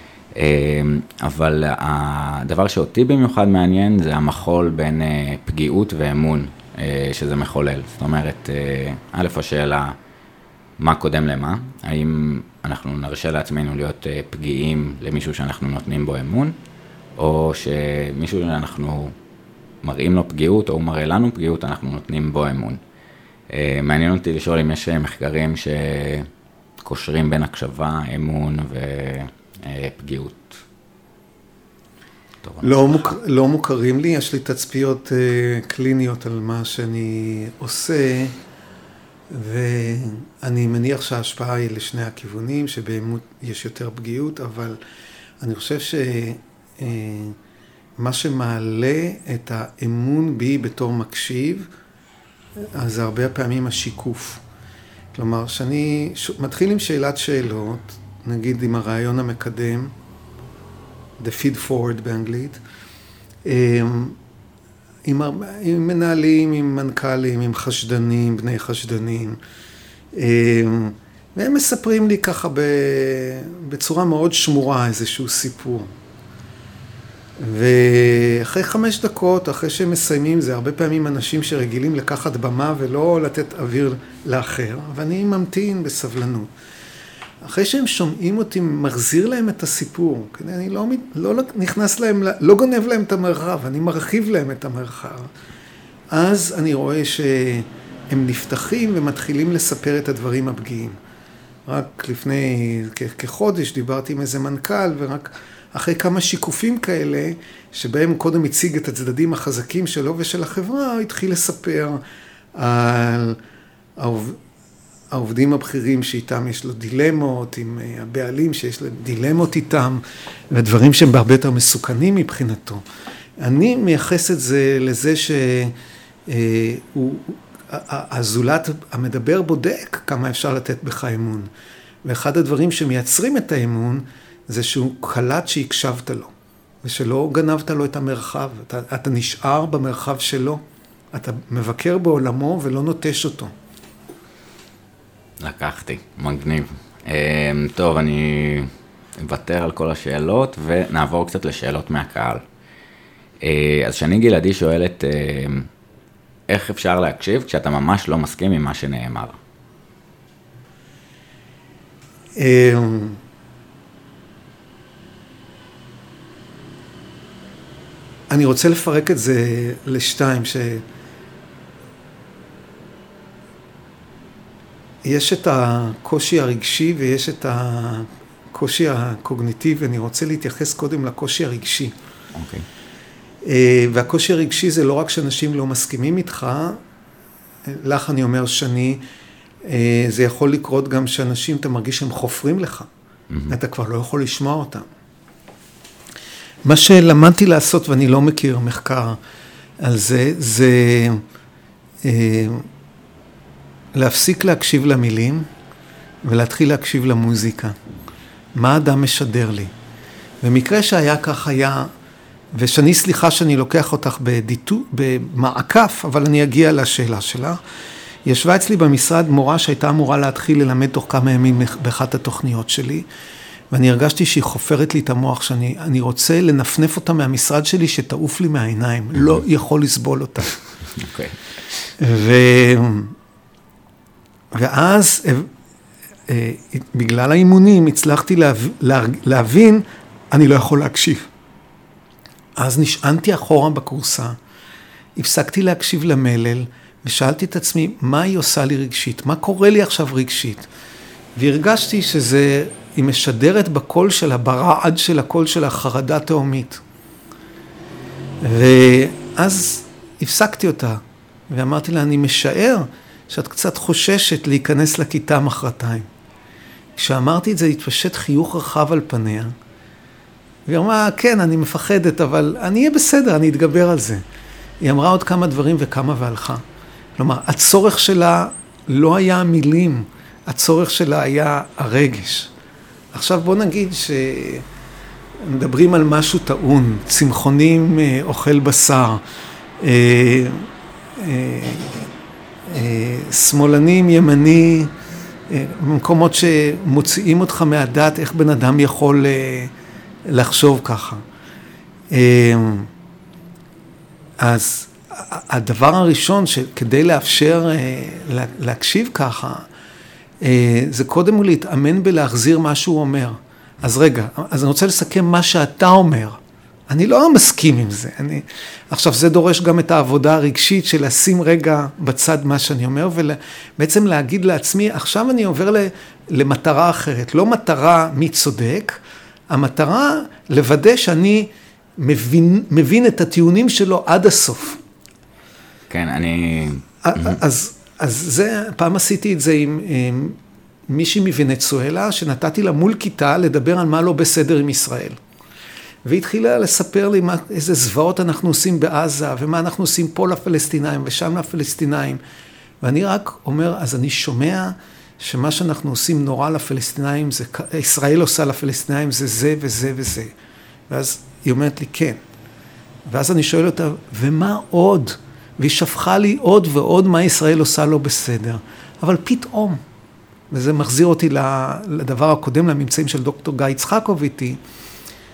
אבל הדבר שאותי במיוחד מעניין זה המחול בין פגיעות ואמון. שזה מחולל. זאת אומרת, א', השאלה, מה קודם למה? האם אנחנו נרשה לעצמנו להיות פגיעים למישהו שאנחנו נותנים בו אמון, או שמישהו שאנחנו מראים לו פגיעות, או הוא מראה לנו פגיעות, אנחנו נותנים בו אמון. מעניין אותי לשאול אם יש מחקרים שקושרים בין הקשבה, אמון ופגיעות.
לא, מוכ... לא מוכרים לי, יש לי תצפיות uh, קליניות על מה שאני עושה, ואני מניח שההשפעה היא לשני הכיוונים, שבאמות יש יותר פגיעות, אבל אני חושב שמה uh, שמעלה את האמון בי בתור מקשיב, אז זה הרבה פעמים השיקוף. כלומר, שאני ש... מתחיל עם שאלת שאלות, נגיד עם הרעיון המקדם, the feed forward באנגלית, עם, עם מנהלים, עם מנכ"לים, עם חשדנים, בני חשדנים, והם מספרים לי ככה בצורה מאוד שמורה איזשהו סיפור. ואחרי חמש דקות, אחרי שהם מסיימים, זה הרבה פעמים אנשים שרגילים לקחת במה ולא לתת אוויר לאחר, ואני ממתין בסבלנות. אחרי שהם שומעים אותי, מחזיר להם את הסיפור. אני לא, לא נכנס להם, לא גונב להם את המרחב, אני מרחיב להם את המרחב. אז אני רואה שהם נפתחים ומתחילים לספר את הדברים הפגיעים. רק לפני כחודש דיברתי עם איזה מנכ"ל, ורק אחרי כמה שיקופים כאלה, שבהם קודם הציג את הצדדים החזקים שלו ושל החברה, הוא התחיל לספר על העובדים הבכירים שאיתם יש לו דילמות, עם הבעלים שיש להם דילמות איתם, ודברים שהם בהרבה יותר מסוכנים מבחינתו. אני מייחס את זה לזה שהוא, הזולת המדבר בודק כמה אפשר לתת בך אמון. ואחד הדברים שמייצרים את האמון, זה שהוא קלט שהקשבת לו, ושלא גנבת לו את המרחב. אתה, אתה נשאר במרחב שלו, אתה מבקר בעולמו ולא נוטש אותו.
לקחתי, מגניב. טוב, אני אוותר על כל השאלות ונעבור קצת לשאלות מהקהל. אז שני גלעדי שואלת, איך אפשר להקשיב כשאתה ממש לא מסכים עם מה שנאמר?
אני רוצה לפרק את זה לשתיים, שיש את הקושי הרגשי ויש את הקושי הקוגניטיבי. אני רוצה להתייחס קודם לקושי הרגשי.
אוקיי.
והקושי הרגשי זה לא רק שאנשים לא מסכימים איתך, לך אני אומר שני, זה יכול לקרות גם שאנשים, אתה מרגיש שהם חופרים לך, mm-hmm. אתה כבר לא יכול לשמוע אותם. מה שלמדתי לעשות, ואני לא מכיר מחקר על זה, זה אה, להפסיק להקשיב למילים, ולהתחיל להקשיב למוזיקה. מה האדם משדר לי? במקרה שהיה כך היה, ושאני סליחה שאני לוקח אותך בדיטו, במעקף, אבל אני אגיע לשאלה שלך. ישבה אצלי במשרד מורה שהייתה אמורה להתחיל ללמד תוך כמה ימים באחת התוכניות שלי, ואני הרגשתי שהיא חופרת לי את המוח, שאני אני רוצה לנפנף אותה מהמשרד שלי, שתעוף לי מהעיניים, mm-hmm. לא יכול לסבול אותה.
אוקיי.
Okay. ו... ואז, בגלל האימונים, הצלחתי להב... להבין, אני לא יכול להקשיב. אז נשענתי אחורה בקורסה, הפסקתי להקשיב למלל, ושאלתי את עצמי, מה היא עושה לי רגשית? מה קורה לי עכשיו רגשית? והרגשתי שזה, היא משדרת בקול שלה, ברעד של הקול שלה, חרדה תאומית. ואז הפסקתי אותה, ואמרתי לה, אני משער שאת קצת חוששת להיכנס לכיתה מחרתיים. כשאמרתי את זה, התפשט חיוך רחב על פניה, והיא אמרה, כן, אני מפחדת, אבל אני אהיה בסדר, אני אתגבר על זה. היא אמרה עוד כמה דברים וכמה והלכה. כלומר, הצורך שלה לא היה המילים, הצורך שלה היה הרגש. עכשיו בוא נגיד שמדברים על משהו טעון, צמחונים אוכל בשר, שמאלנים, ימני, במקומות שמוציאים אותך מהדעת, איך בן אדם יכול לחשוב ככה. אז הדבר הראשון שכדי לאפשר להקשיב ככה, זה קודם הוא להתאמן בלהחזיר מה שהוא אומר. אז רגע, אז אני רוצה לסכם מה שאתה אומר. אני לא מסכים עם זה. אני... עכשיו, זה דורש גם את העבודה הרגשית של לשים רגע בצד מה שאני אומר, ובעצם להגיד לעצמי, עכשיו אני עובר למטרה אחרת. לא מטרה מי צודק, המטרה לוודא שאני מבין, מבין את הטיעונים שלו עד הסוף.
כן, אני...
אז, אז זה, פעם עשיתי את זה עם, עם מישהי מוונצואלה, שנתתי לה מול כיתה לדבר על מה לא בסדר עם ישראל. והתחילה לספר לי מה, איזה זוועות אנחנו עושים בעזה, ומה אנחנו עושים פה לפלסטינאים ושם לפלסטינאים. ואני רק אומר, אז אני שומע שמה שאנחנו עושים נורא לפלסטינאים, זה, ישראל עושה לפלסטינאים, זה זה וזה וזה. ואז היא אומרת לי, כן. ואז אני שואל אותה, ומה עוד? והיא שפכה לי עוד ועוד מה ישראל עושה לא בסדר. אבל פתאום, וזה מחזיר אותי לדבר הקודם, לממצאים של דוקטור גיא יצחקוב איתי,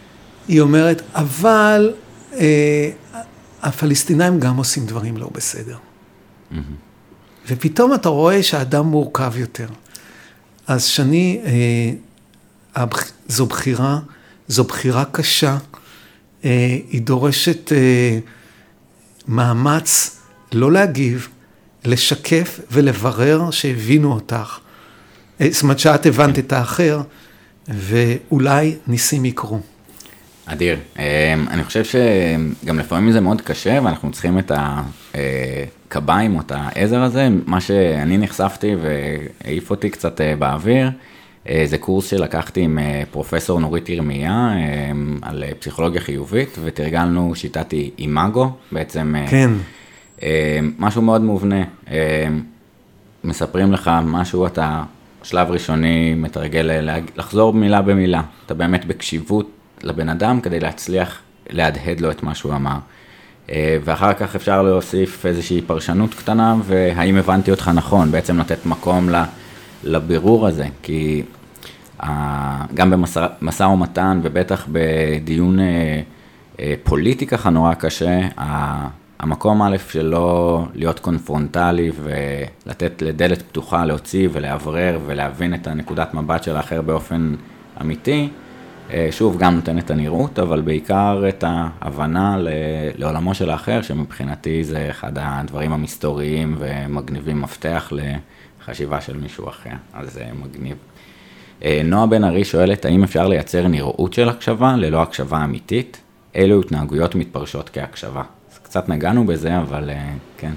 היא אומרת, אבל אה, הפלסטינאים גם עושים דברים לא בסדר. Mm-hmm. ופתאום אתה רואה שהאדם מורכב יותר. אז שני, אה, הבח... זו בחירה, זו בחירה קשה, אה, היא דורשת אה, מאמץ לא להגיב, לשקף ולברר שהבינו אותך. זאת אומרת שאת הבנת את האחר, ואולי ניסים יקרו.
אדיר. אני חושב שגם לפעמים זה מאוד קשה, ואנחנו צריכים את הקביים או את העזר הזה. מה שאני נחשפתי והעיף אותי קצת באוויר, זה קורס שלקחתי עם פרופסור נורית ירמיה על פסיכולוגיה חיובית, ותרגלנו שיטת אימאגו, בעצם
כן.
משהו מאוד מובנה. מספרים לך משהו, אתה שלב ראשוני מתרגל לחזור מילה במילה. אתה באמת בקשיבות לבן אדם כדי להצליח להדהד לו את מה שהוא אמר. ואחר כך אפשר להוסיף איזושהי פרשנות קטנה, והאם הבנתי אותך נכון, בעצם לתת מקום לבירור הזה, כי גם במשא ומתן ובטח בדיון פוליטי ככה נורא קשה, המקום א' שלא להיות קונפרונטלי ולתת לדלת פתוחה להוציא ולעברר ולהבין את הנקודת מבט של האחר באופן אמיתי, שוב גם נותן את הנראות, אבל בעיקר את ההבנה לעולמו של האחר, שמבחינתי זה אחד הדברים המסתוריים ומגניבים מפתח לחשיבה של מישהו אחר, אז זה מגניב. נועה בן ארי שואלת, האם אפשר לייצר נראות של הקשבה ללא הקשבה אמיתית? אילו התנהגויות מתפרשות כהקשבה? קצת נגענו בזה, אבל כן.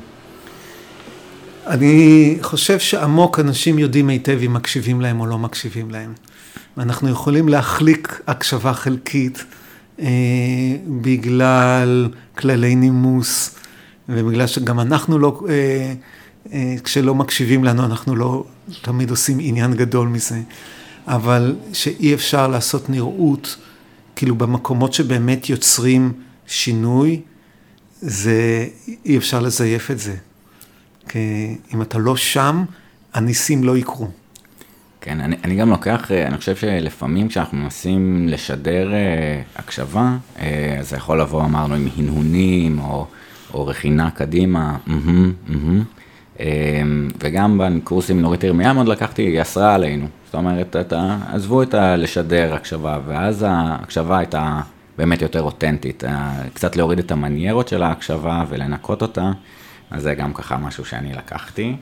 אני חושב שעמוק אנשים יודעים היטב אם מקשיבים להם או לא מקשיבים להם. אנחנו יכולים להחליק הקשבה חלקית אה, בגלל כללי נימוס, ובגלל שגם אנחנו לא, אה, אה, כשלא מקשיבים לנו, אנחנו לא תמיד עושים עניין גדול מזה. אבל שאי אפשר לעשות נראות, כאילו במקומות שבאמת יוצרים שינוי, זה, אי אפשר לזייף את זה. כי אם אתה לא שם, הניסים לא יקרו.
כן, אני, אני גם לוקח, אני חושב שלפעמים כשאנחנו מנסים לשדר הקשבה, אז זה יכול לבוא, אמרנו, עם הנהונים או, או רכינה קדימה, mm-hmm, mm-hmm. וגם בקורסים נורית ירמיה מאוד לקחתי, היא אסרה עלינו. זאת אומרת, אתה, עזבו את לשדר הקשבה, ואז ההקשבה הייתה באמת יותר אותנטית, קצת להוריד את המניירות של ההקשבה ולנקות אותה, אז זה גם ככה משהו שאני לקחתי.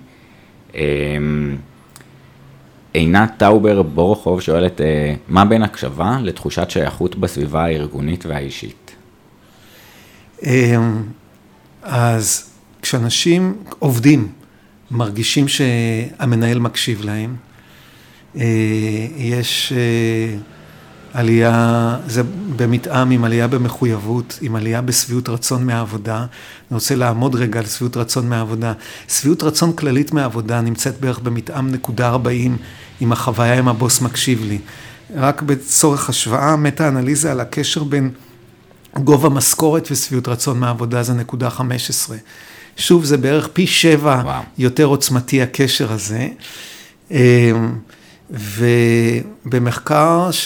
עינת טאובר בורחוב שואלת, מה בין הקשבה לתחושת שייכות בסביבה הארגונית והאישית?
אז כשאנשים עובדים, מרגישים שהמנהל מקשיב להם, יש עלייה, זה במתאם עם עלייה במחויבות, עם עלייה בסביעות רצון מהעבודה. אני רוצה לעמוד רגע על סביעות רצון מהעבודה. סביעות רצון כללית מהעבודה נמצאת בערך במתאם נקודה ארבעים עם החוויה, עם הבוס מקשיב לי. רק בצורך השוואה, מטה-אנליזה על הקשר בין גובה משכורת וסביעות רצון מהעבודה, זה נקודה חמש עשרה. שוב, זה בערך פי שבע וואו. יותר עוצמתי הקשר הזה. ובמחקר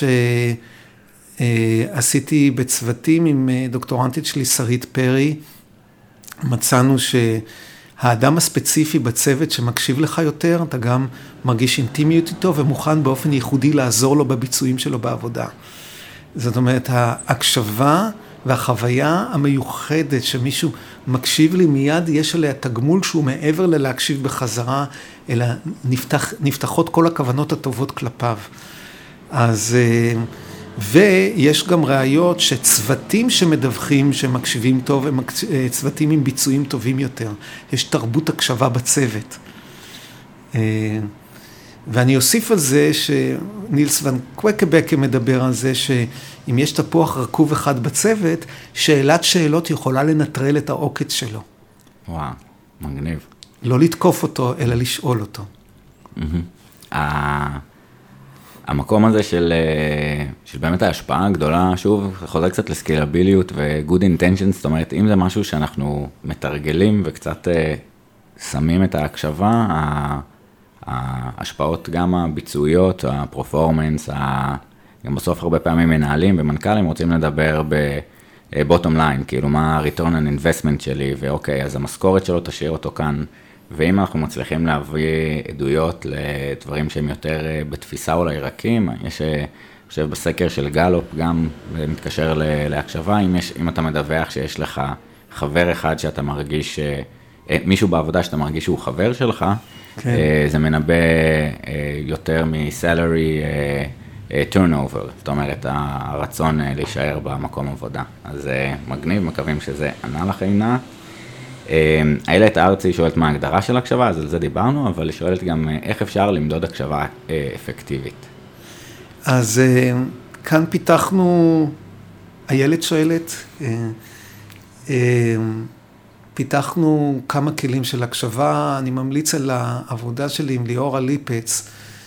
שעשיתי בצוותים עם דוקטורנטית שלי, שרית פרי, מצאנו שהאדם הספציפי בצוות שמקשיב לך יותר, אתה גם מרגיש אינטימיות איתו ומוכן באופן ייחודי לעזור לו בביצועים שלו בעבודה. זאת אומרת, ההקשבה והחוויה המיוחדת שמישהו מקשיב לי מיד, יש עליה תגמול שהוא מעבר ללהקשיב בחזרה, אלא נפתח, נפתחות כל הכוונות הטובות כלפיו. אז, ויש גם ראיות שצוותים שמדווחים, שמקשיבים טוב, הם צוותים עם ביצועים טובים יותר. יש תרבות הקשבה בצוות. ואני אוסיף על זה שנילס ון קווקבקה מדבר על זה שאם יש תפוח רקוב אחד בצוות, שאלת שאלות יכולה לנטרל את העוקץ שלו.
וואו, מגניב.
לא לתקוף אותו, אלא לשאול אותו.
המקום הזה של, של באמת ההשפעה הגדולה, שוב, חוזר קצת לסקילביליות ו-good intentions, זאת אומרת, אם זה משהו שאנחנו מתרגלים וקצת שמים את ההקשבה, ההשפעות גם הביצועיות, הפרפורמנס, גם בסוף הרבה פעמים מנהלים ומנכ"לים רוצים לדבר ב-bottom line, כאילו מה ה-return on investment שלי, ואוקיי, אז המשכורת שלו תשאיר אותו כאן, ואם אנחנו מצליחים להביא עדויות לדברים שהם יותר בתפיסה אולי רכים, יש, אני חושב, בסקר של גלופ גם מתקשר להקשבה, אם, יש, אם אתה מדווח שיש לך חבר אחד שאתה מרגיש, מישהו בעבודה שאתה מרגיש שהוא חבר שלך, כן. זה מנבא יותר מ-salary turnover, זאת אומרת, הרצון להישאר במקום עבודה. אז מגניב, מקווים שזה ענה לך עינה. איילת ארצי שואלת מה ההגדרה של הקשבה, אז על זה דיברנו, אבל היא שואלת גם איך אפשר למדוד הקשבה אפקטיבית.
אז כאן פיתחנו, איילת שואלת, פיתחנו כמה כלים של הקשבה, אני ממליץ על העבודה שלי עם ליאורה ליפץ,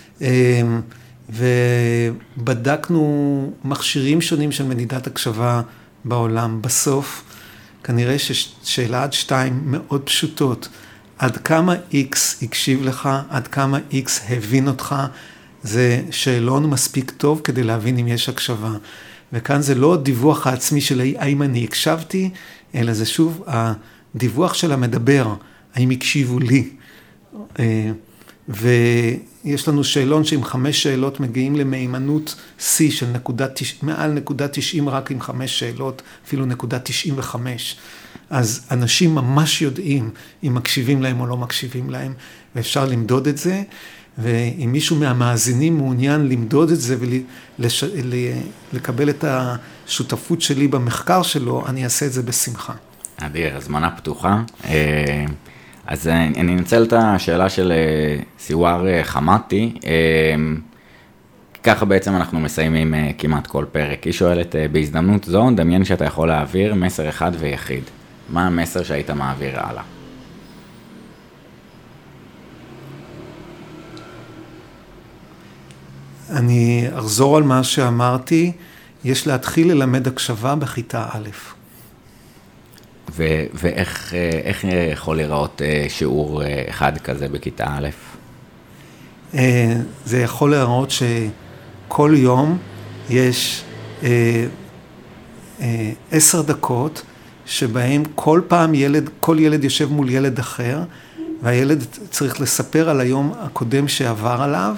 ובדקנו מכשירים שונים של מדידת הקשבה בעולם. בסוף, כנראה ששאלה עד שתיים מאוד פשוטות, עד כמה X הקשיב לך, עד כמה X הבין אותך, זה שאלון מספיק טוב כדי להבין אם יש הקשבה. וכאן זה לא דיווח העצמי של האם אני הקשבתי, אלא זה שוב הדיווח של המדבר, האם הקשיבו לי. ויש לנו שאלון שעם חמש שאלות מגיעים למהימנות C של נקודה, מעל נקודה תשעים רק עם חמש שאלות, אפילו נקודה תשעים וחמש. אז אנשים ממש יודעים אם מקשיבים להם או לא מקשיבים להם, ואפשר למדוד את זה. ואם מישהו מהמאזינים מעוניין למדוד את זה ולקבל את השותפות שלי במחקר שלו, אני אעשה את זה בשמחה.
אדיר, הזמנה פתוחה. אז אני אנצל את השאלה של סיואר חמאתי. ככה בעצם אנחנו מסיימים כמעט כל פרק. היא שואלת, בהזדמנות זו, דמיין שאתה יכול להעביר מסר אחד ויחיד. מה המסר שהיית מעביר הלאה?
אני אחזור על מה שאמרתי, יש להתחיל ללמד הקשבה בכיתה א'.
ו- ואיך איך יכול לראות שיעור אחד כזה בכיתה א'?
זה יכול לראות שכל יום יש עשר דקות שבהם כל פעם ילד, כל ילד יושב מול ילד אחר, והילד צריך לספר על היום הקודם שעבר עליו,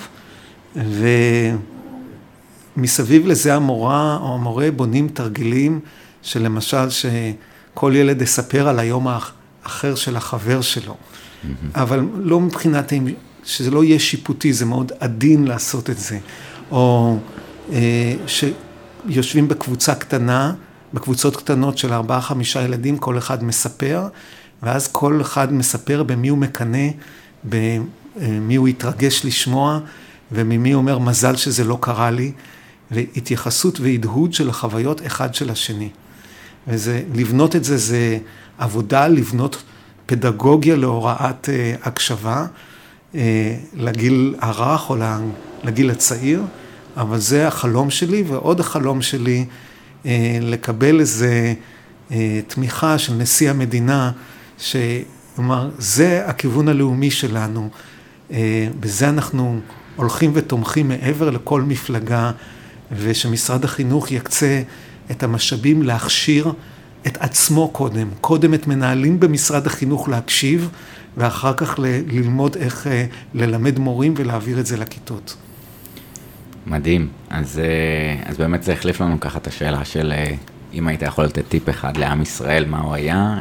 ומסביב לזה המורה או המורה בונים תרגילים שלמשל שכל ילד יספר על היום האחר של החבר שלו. Mm-hmm. אבל לא מבחינת שזה לא יהיה שיפוטי, זה מאוד עדין לעשות את זה. או אה, שיושבים בקבוצה קטנה, בקבוצות קטנות של ארבעה חמישה ילדים, כל אחד מספר, ואז כל אחד מספר במי הוא מקנה, במי הוא יתרגש לשמוע, וממי אומר מזל שזה לא קרה לי, והתייחסות והדהוד של החוויות אחד של השני. וזה, לבנות את זה, זה עבודה, לבנות פדגוגיה להוראת אה, הקשבה, אה, לגיל הרך או לגיל הצעיר, אבל זה החלום שלי, ועוד החלום שלי, אה, לקבל איזה אה, תמיכה של נשיא המדינה, שאומר, זה הכיוון הלאומי שלנו, אה, בזה אנחנו הולכים ותומכים מעבר לכל מפלגה, ושמשרד החינוך יקצה את המשאבים להכשיר את עצמו קודם. קודם את מנהלים במשרד החינוך להקשיב, ואחר כך ל- ללמוד איך ללמד מורים ולהעביר את זה לכיתות.
מדהים. אז, אז באמת זה החליף לנו ככה את השאלה של אם היית יכול לתת טיפ אחד לעם ישראל, מה הוא היה.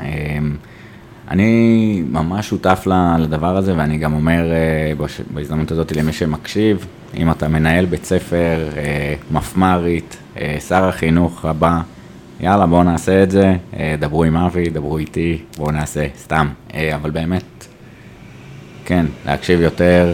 אני ממש שותף לדבר הזה, ואני גם אומר בהזדמנות הזאת למי שמקשיב, אם אתה מנהל בית ספר, מפמ"רית, שר החינוך הבא, יאללה בואו נעשה את זה, דברו עם אבי, דברו איתי, בואו נעשה, סתם. אבל באמת, כן, להקשיב יותר,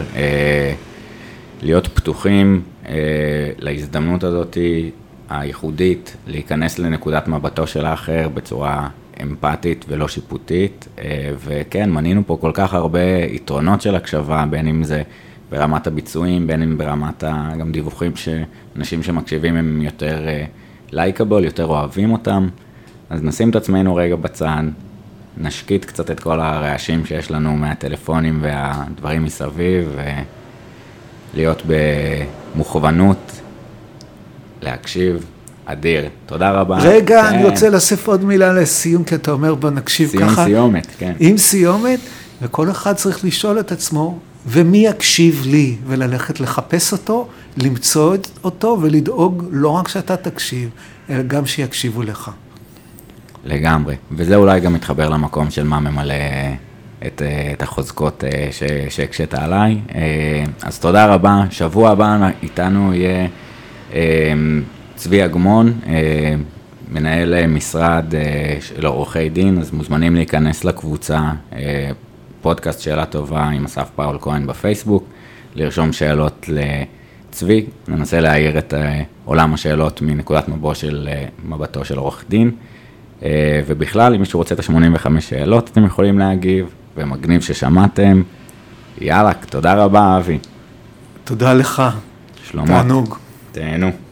להיות פתוחים להזדמנות הזאת הייחודית, להיכנס לנקודת מבטו של האחר בצורה אמפתית ולא שיפוטית, וכן, מנינו פה כל כך הרבה יתרונות של הקשבה, בין אם זה ברמת הביצועים, בין אם ברמת גם דיווחים שאנשים שמקשיבים הם יותר לייקable, יותר אוהבים אותם, אז נשים את עצמנו רגע בצד, נשקיט קצת את כל הרעשים שיש לנו מהטלפונים והדברים מסביב, ולהיות במוכוונות להקשיב. אדיר, תודה רבה.
רגע, כן. אני רוצה להוסיף עוד מילה לסיום, כי אתה אומר, בוא נקשיב
סיום
ככה.
סיום סיומת, כן.
עם סיומת, וכל אחד צריך לשאול את עצמו, ומי יקשיב לי, וללכת לחפש אותו, למצוא אותו, ולדאוג לא רק שאתה תקשיב, אלא גם שיקשיבו לך.
לגמרי, וזה אולי גם מתחבר למקום של מה ממלא את, את החוזקות שהקשת עליי. אז תודה רבה, שבוע הבא איתנו יהיה צבי אגמון, מנהל משרד של עורכי דין, אז מוזמנים להיכנס לקבוצה, פודקאסט שאלה טובה עם אסף פאול כהן בפייסבוק, לרשום שאלות לצבי, ננסה להעיר את עולם השאלות מנקודת מבוא של מבטו של עורך דין, ובכלל, אם מישהו רוצה את ה-שמונים וחמש שאלות, אתם יכולים להגיב, ומגניב ששמעתם. יאללה, תודה רבה, אבי.
תודה לך.
שלומות.
תענוג.
תהנו.